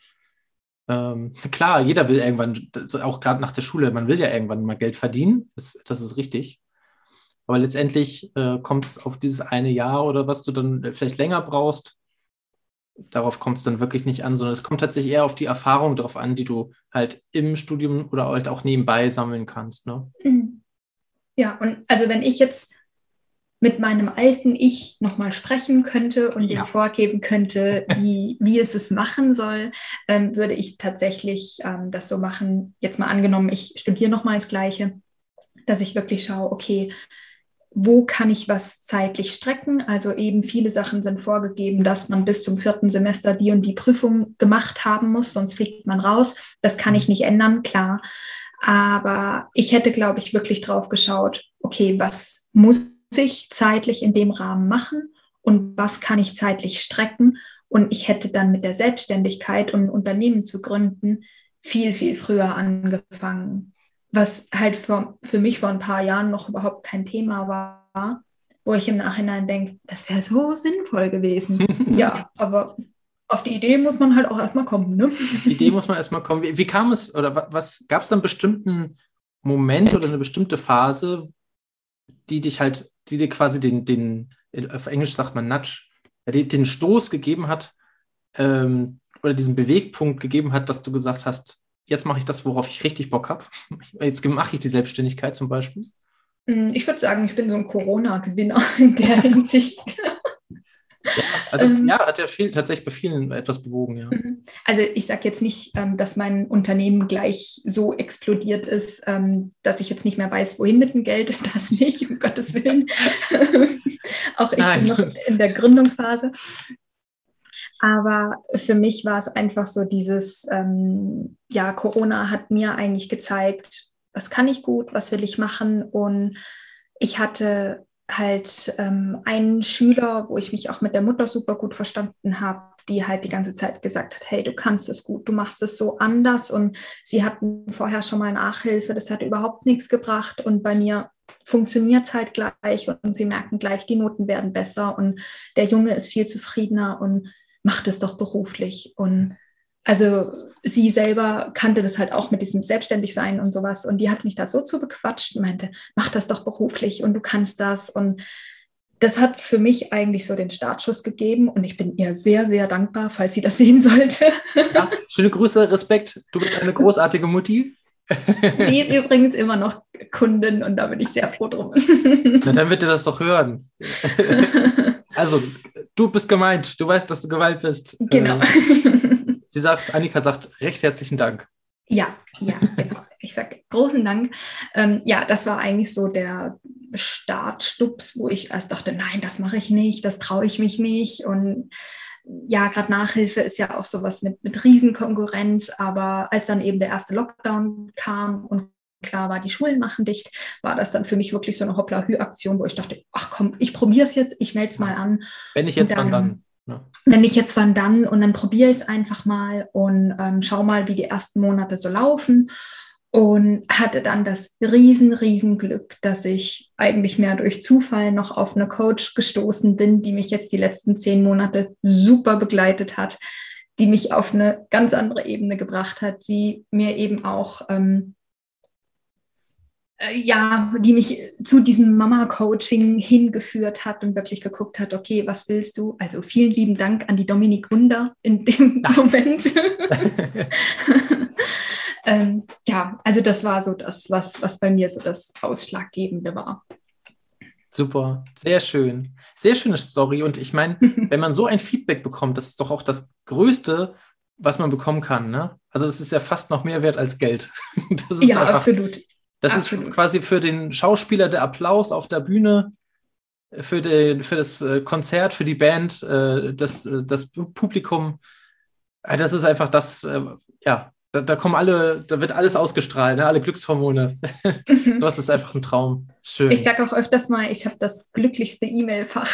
Klar, jeder will irgendwann, auch gerade nach der Schule, man will ja irgendwann mal Geld verdienen. Das ist richtig. Aber letztendlich kommt es auf dieses eine Jahr oder was du dann vielleicht länger brauchst. Darauf kommt es dann wirklich nicht an, sondern es kommt tatsächlich eher auf die Erfahrung drauf an, die du halt im Studium oder halt auch nebenbei sammeln kannst. Ne?
Ja, und also wenn ich jetzt mit meinem alten Ich nochmal sprechen könnte und
Ja.
dem vorgeben könnte, wie es es machen soll, würde ich tatsächlich das so machen, jetzt mal angenommen, ich studiere nochmal das Gleiche, dass ich wirklich schaue, okay, wo kann ich was zeitlich strecken? Also eben viele Sachen sind vorgegeben, dass man bis zum 4. Semester die und die Prüfung gemacht haben muss, sonst fliegt man raus. Das kann ich nicht ändern, klar. Aber ich hätte, glaube ich, wirklich drauf geschaut, okay, was muss ich zeitlich in dem Rahmen machen und was kann ich zeitlich strecken? Und ich hätte dann mit der Selbstständigkeit und ein Unternehmen zu gründen viel, viel früher angefangen, was halt für mich vor ein paar Jahren noch überhaupt kein Thema war, wo ich im Nachhinein denke, das wäre so sinnvoll gewesen. Ja, aber auf die Idee muss man halt auch erstmal kommen, ne?
Die Idee muss man erstmal kommen. Wie kam es oder was gab es da einen bestimmten Moment oder eine bestimmte Phase, die dir quasi auf Englisch sagt man Nudge, den Stoß gegeben hat oder diesen Bewegpunkt gegeben hat, dass du gesagt hast, jetzt mache ich das, worauf ich richtig Bock habe. Jetzt mache ich die Selbstständigkeit zum Beispiel.
Ich würde sagen, ich bin so ein Corona-Gewinner in der Hinsicht.
Ja, also hat ja tatsächlich bei vielen etwas bewogen, ja.
Also ich sage jetzt nicht, dass mein Unternehmen gleich so explodiert ist, dass ich jetzt nicht mehr weiß, wohin mit dem Geld, das nicht, um Gottes Willen. Auch ich bin noch in der Gründungsphase. Aber für mich war es einfach so dieses, ja, Corona hat mir eigentlich gezeigt, was kann ich gut, was will ich machen. Und ich hatte halt einen Schüler, wo ich mich auch mit der Mutter super gut verstanden habe, die halt die ganze Zeit gesagt hat, hey, du kannst es gut, du machst es so anders. Und sie hatten vorher schon mal Nachhilfe, das hat überhaupt nichts gebracht. Und bei mir funktioniert es halt gleich und sie merken gleich, die Noten werden besser und der Junge ist viel zufriedener und macht es doch beruflich. Und also sie selber kannte das halt auch mit diesem Selbstständigsein und sowas. Und die hat mich da so zu bequatscht und meinte, mach das doch beruflich und du kannst das. Und das hat für mich eigentlich so den Startschuss gegeben. Und ich bin ihr sehr, sehr dankbar, falls sie das sehen sollte.
Ja, schöne Grüße, Respekt. Du bist eine großartige Mutti.
Sie ist übrigens immer noch Kundin und da bin ich sehr froh drum.
Na, dann wird ihr das doch hören. Also, du bist gemeint. Du weißt, dass du geweiht bist.
Genau.
Annika sagt, recht herzlichen Dank.
Ja, genau. Ich sage großen Dank. Ja, das war eigentlich so der Startstups, wo ich erst dachte, nein, das mache ich nicht, das traue ich mich nicht. Und ja, gerade Nachhilfe ist ja auch sowas mit Riesenkonkurrenz. Aber als dann eben der erste Lockdown kam und klar war, die Schulen machen dicht, war das dann für mich wirklich so eine Hoppla-Hü-Aktion, wo ich dachte, ach komm, ich probiere es jetzt, ich melde es mal an.
Wenn nicht jetzt, wann dann?
Ja. Wenn nicht jetzt, wann dann? Und dann probiere ich es einfach mal und schau mal, wie die ersten Monate so laufen. Und hatte dann das riesen Glück, dass ich eigentlich mehr durch Zufall noch auf eine Coach gestoßen bin, die mich jetzt die letzten 10 Monate super begleitet hat, die mich auf eine ganz andere Ebene gebracht hat, die mir eben auch die mich zu diesem Mama-Coaching hingeführt hat und wirklich geguckt hat, okay, was willst du? Also vielen lieben Dank an die Dominik Wunder in dem Moment. Also das war so das, was bei mir so das Ausschlaggebende war.
Super, sehr schön. Sehr schöne Story. Und ich meine, wenn man so ein Feedback bekommt, das ist doch auch das Größte, was man bekommen kann. Ne? Also es ist ja fast noch mehr wert als Geld. Das ist
ja,
einfach,
absolut.
Das Absolut. Ist quasi für den Schauspieler der Applaus auf der Bühne, für das Konzert, für die Band, das Publikum. Das ist einfach das, da kommen da wird alles ausgestrahlt, ne? Alle Glückshormone. Sowas ist einfach ein Traum. Schön.
Ich sage auch öfters mal, ich habe das glücklichste E-Mail-Fach.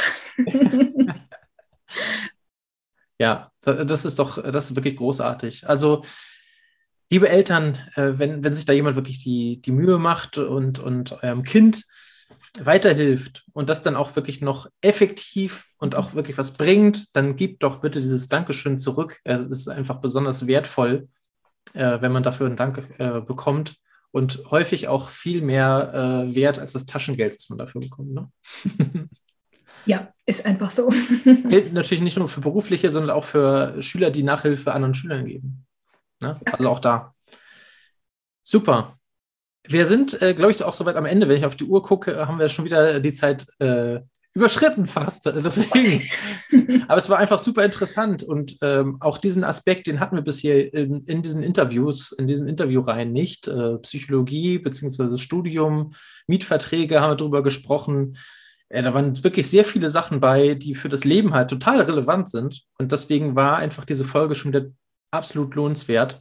Ja, das ist wirklich großartig. Also, liebe Eltern, wenn sich da jemand wirklich die Mühe macht und eurem Kind weiterhilft und das dann auch wirklich noch effektiv und auch wirklich was bringt, dann gebt doch bitte dieses Dankeschön zurück. Es ist einfach besonders wertvoll, wenn man dafür einen Dank bekommt und häufig auch viel mehr wert als das Taschengeld, was man dafür bekommt. Ne?
Ja, ist einfach so.
Gilt natürlich nicht nur für Berufliche, sondern auch für Schüler, die Nachhilfe anderen Schülern geben. Ne? Ja. Also auch da. Super. Wir sind, glaube ich, auch soweit am Ende. Wenn ich auf die Uhr gucke, haben wir schon wieder die Zeit überschritten fast. Deswegen. Aber es war einfach super interessant. Und auch diesen Aspekt, den hatten wir bisher in diesen Interviews, in diesen Interviewreihen nicht. Psychologie bzw. Studium, Mietverträge haben wir drüber gesprochen. Da waren wirklich sehr viele Sachen bei, die für das Leben halt total relevant sind. Und deswegen war einfach diese Folge schon wieder absolut lohnenswert.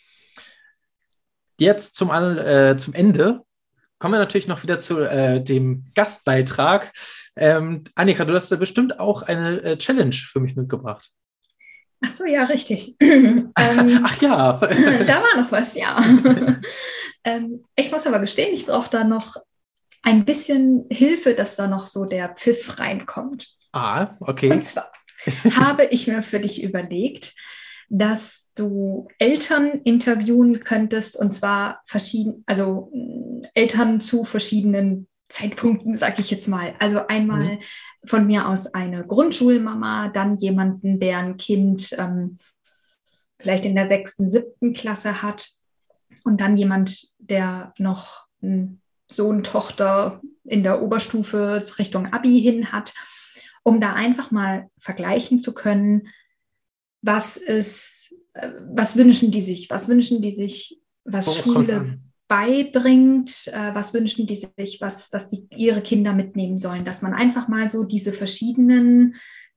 Jetzt zum Ende kommen wir natürlich noch wieder zu dem Gastbeitrag. Annika, du hast ja bestimmt auch eine Challenge für mich mitgebracht.
Ach so, ja, richtig.
Ach ja.
Da war noch was, ja. Ich muss aber gestehen, ich brauche da noch ein bisschen Hilfe, dass da noch so der Pfiff reinkommt.
Ah, okay.
Und zwar habe ich mir für dich überlegt, dass du Eltern interviewen könntest, und zwar Eltern zu verschiedenen Zeitpunkten, sage ich jetzt mal. Also einmal von mir aus eine Grundschulmama, dann jemanden, der ein Kind vielleicht in der 6., 7. Klasse hat und dann jemand, der noch einen Sohn, Tochter in der Oberstufe Richtung Abi hin hat, um da einfach mal vergleichen zu können, was wünschen die sich, was Schule beibringt, was wünschen die sich, was ihre Kinder mitnehmen sollen, dass man einfach mal so diese verschiedenen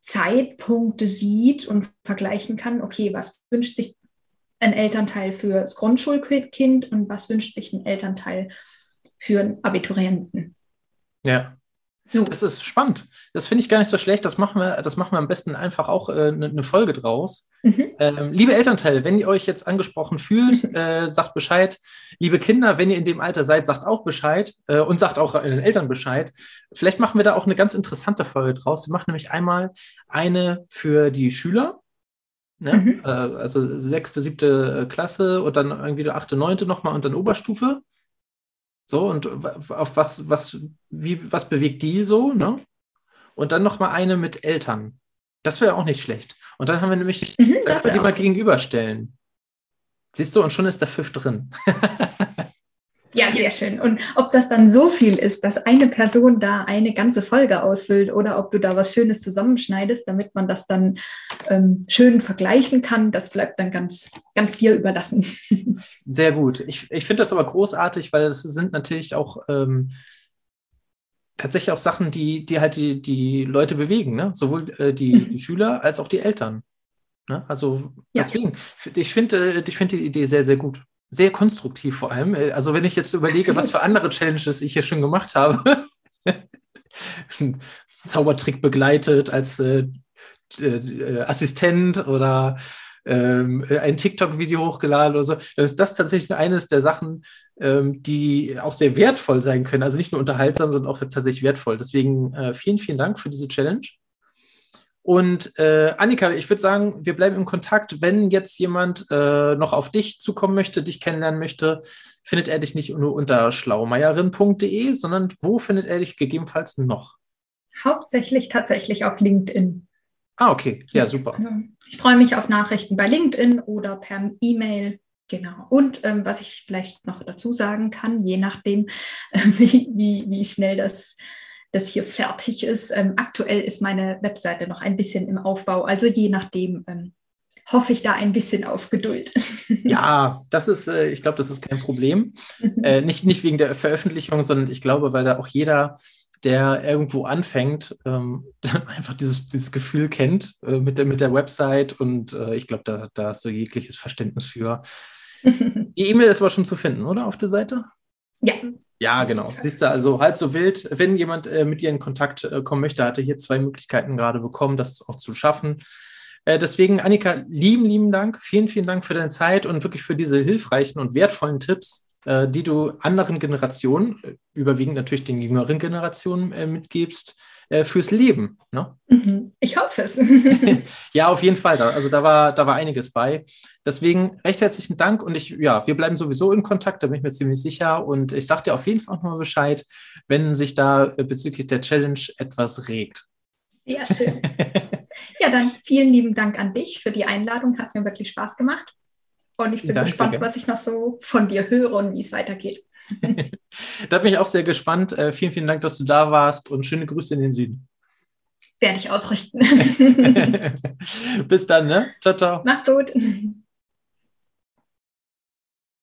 Zeitpunkte sieht und vergleichen kann, okay, was wünscht sich ein Elternteil für das Grundschulkind und was wünscht sich ein Elternteil für einen Abiturienten.
Ja.
So.
Das ist spannend. Das finde ich gar nicht so schlecht. Das machen wir am besten einfach auch eine Folge draus. Liebe Elternteile, wenn ihr euch jetzt angesprochen fühlt, sagt Bescheid. Liebe Kinder, wenn ihr in dem Alter seid, sagt auch Bescheid und sagt auch den Eltern Bescheid. Vielleicht machen wir da auch eine ganz interessante Folge draus. Wir machen nämlich einmal eine für die Schüler, ne? Also 6., 7. Klasse und dann irgendwie 8., 9. nochmal und dann Oberstufe. So, und auf was bewegt die so, ne? Und dann noch mal eine mit Eltern. Das wäre auch nicht schlecht. Und dann haben wir nämlich, dann können wir die mal gegenüberstellen. Siehst du, und schon ist der Pfiff drin.
Ja, sehr schön. Und ob das dann so viel ist, dass eine Person da eine ganze Folge ausfüllt oder ob du da was Schönes zusammenschneidest, damit man das dann schön vergleichen kann, das bleibt dann ganz, ganz dir überlassen.
Sehr gut. Ich finde das aber großartig, weil das sind natürlich auch tatsächlich auch Sachen, die halt die Leute bewegen, ne? Sowohl die Schüler als auch die Eltern. Ne? Also deswegen, ich finde die Idee sehr, sehr gut. Sehr konstruktiv vor allem. Also wenn ich jetzt überlege, was für andere Challenges ich hier schon gemacht habe. Zaubertrick begleitet als Assistent oder ein TikTok-Video hochgeladen oder so, dann ist das tatsächlich eines der Sachen, die auch sehr wertvoll sein können. Also nicht nur unterhaltsam, sondern auch tatsächlich wertvoll. Deswegen vielen, vielen Dank für diese Challenge. Und Annika, ich würde sagen, wir bleiben im Kontakt. Wenn jetzt jemand noch auf dich zukommen möchte, dich kennenlernen möchte, findet er dich nicht nur unter schlaumeierin.de, sondern wo findet er dich gegebenenfalls noch?
Hauptsächlich tatsächlich auf LinkedIn.
Ah, okay. Ja, super.
Ich freue mich auf Nachrichten bei LinkedIn oder per E-Mail. Genau. Und was ich vielleicht noch dazu sagen kann, je nachdem, wie schnell das hier fertig ist. Aktuell ist meine Webseite noch ein bisschen im Aufbau. Also je nachdem hoffe ich da ein bisschen auf Geduld.
Ja, das ist, ich glaube, das ist kein Problem. Nicht wegen der Veröffentlichung, sondern ich glaube, weil da auch jeder, der irgendwo anfängt, einfach dieses Gefühl kennt mit der Website und ich glaube, da hast du jegliches Verständnis für. Die E-Mail ist aber schon zu finden, oder? Auf der Seite?
Ja.
Ja, genau. Siehst du, also halb so wild. Wenn jemand mit dir in Kontakt kommen möchte, hat er hier 2 Möglichkeiten gerade bekommen, das auch zu schaffen. Deswegen, Annika, lieben Dank. Vielen, vielen Dank für deine Zeit und wirklich für diese hilfreichen und wertvollen Tipps, die du anderen Generationen, überwiegend natürlich den jüngeren Generationen, mitgibst, fürs Leben. Ne?
Ich hoffe es.
Ja, auf jeden Fall. Da war einiges bei. Deswegen recht herzlichen Dank und wir bleiben sowieso in Kontakt, da bin ich mir ziemlich sicher. Und ich sage dir auf jeden Fall auch nochmal Bescheid, wenn sich da bezüglich der Challenge etwas regt.
Sehr schön. Ja, dann vielen lieben Dank an dich für die Einladung. Hat mir wirklich Spaß gemacht. Und ich bin gespannt, was ich noch so von dir höre und wie es weitergeht.
Da bin ich auch sehr gespannt. Vielen, vielen Dank, dass du da warst und schöne Grüße in den Süden.
Werde ich ausrichten.
Bis dann, ne? Ciao, ciao.
Mach's gut.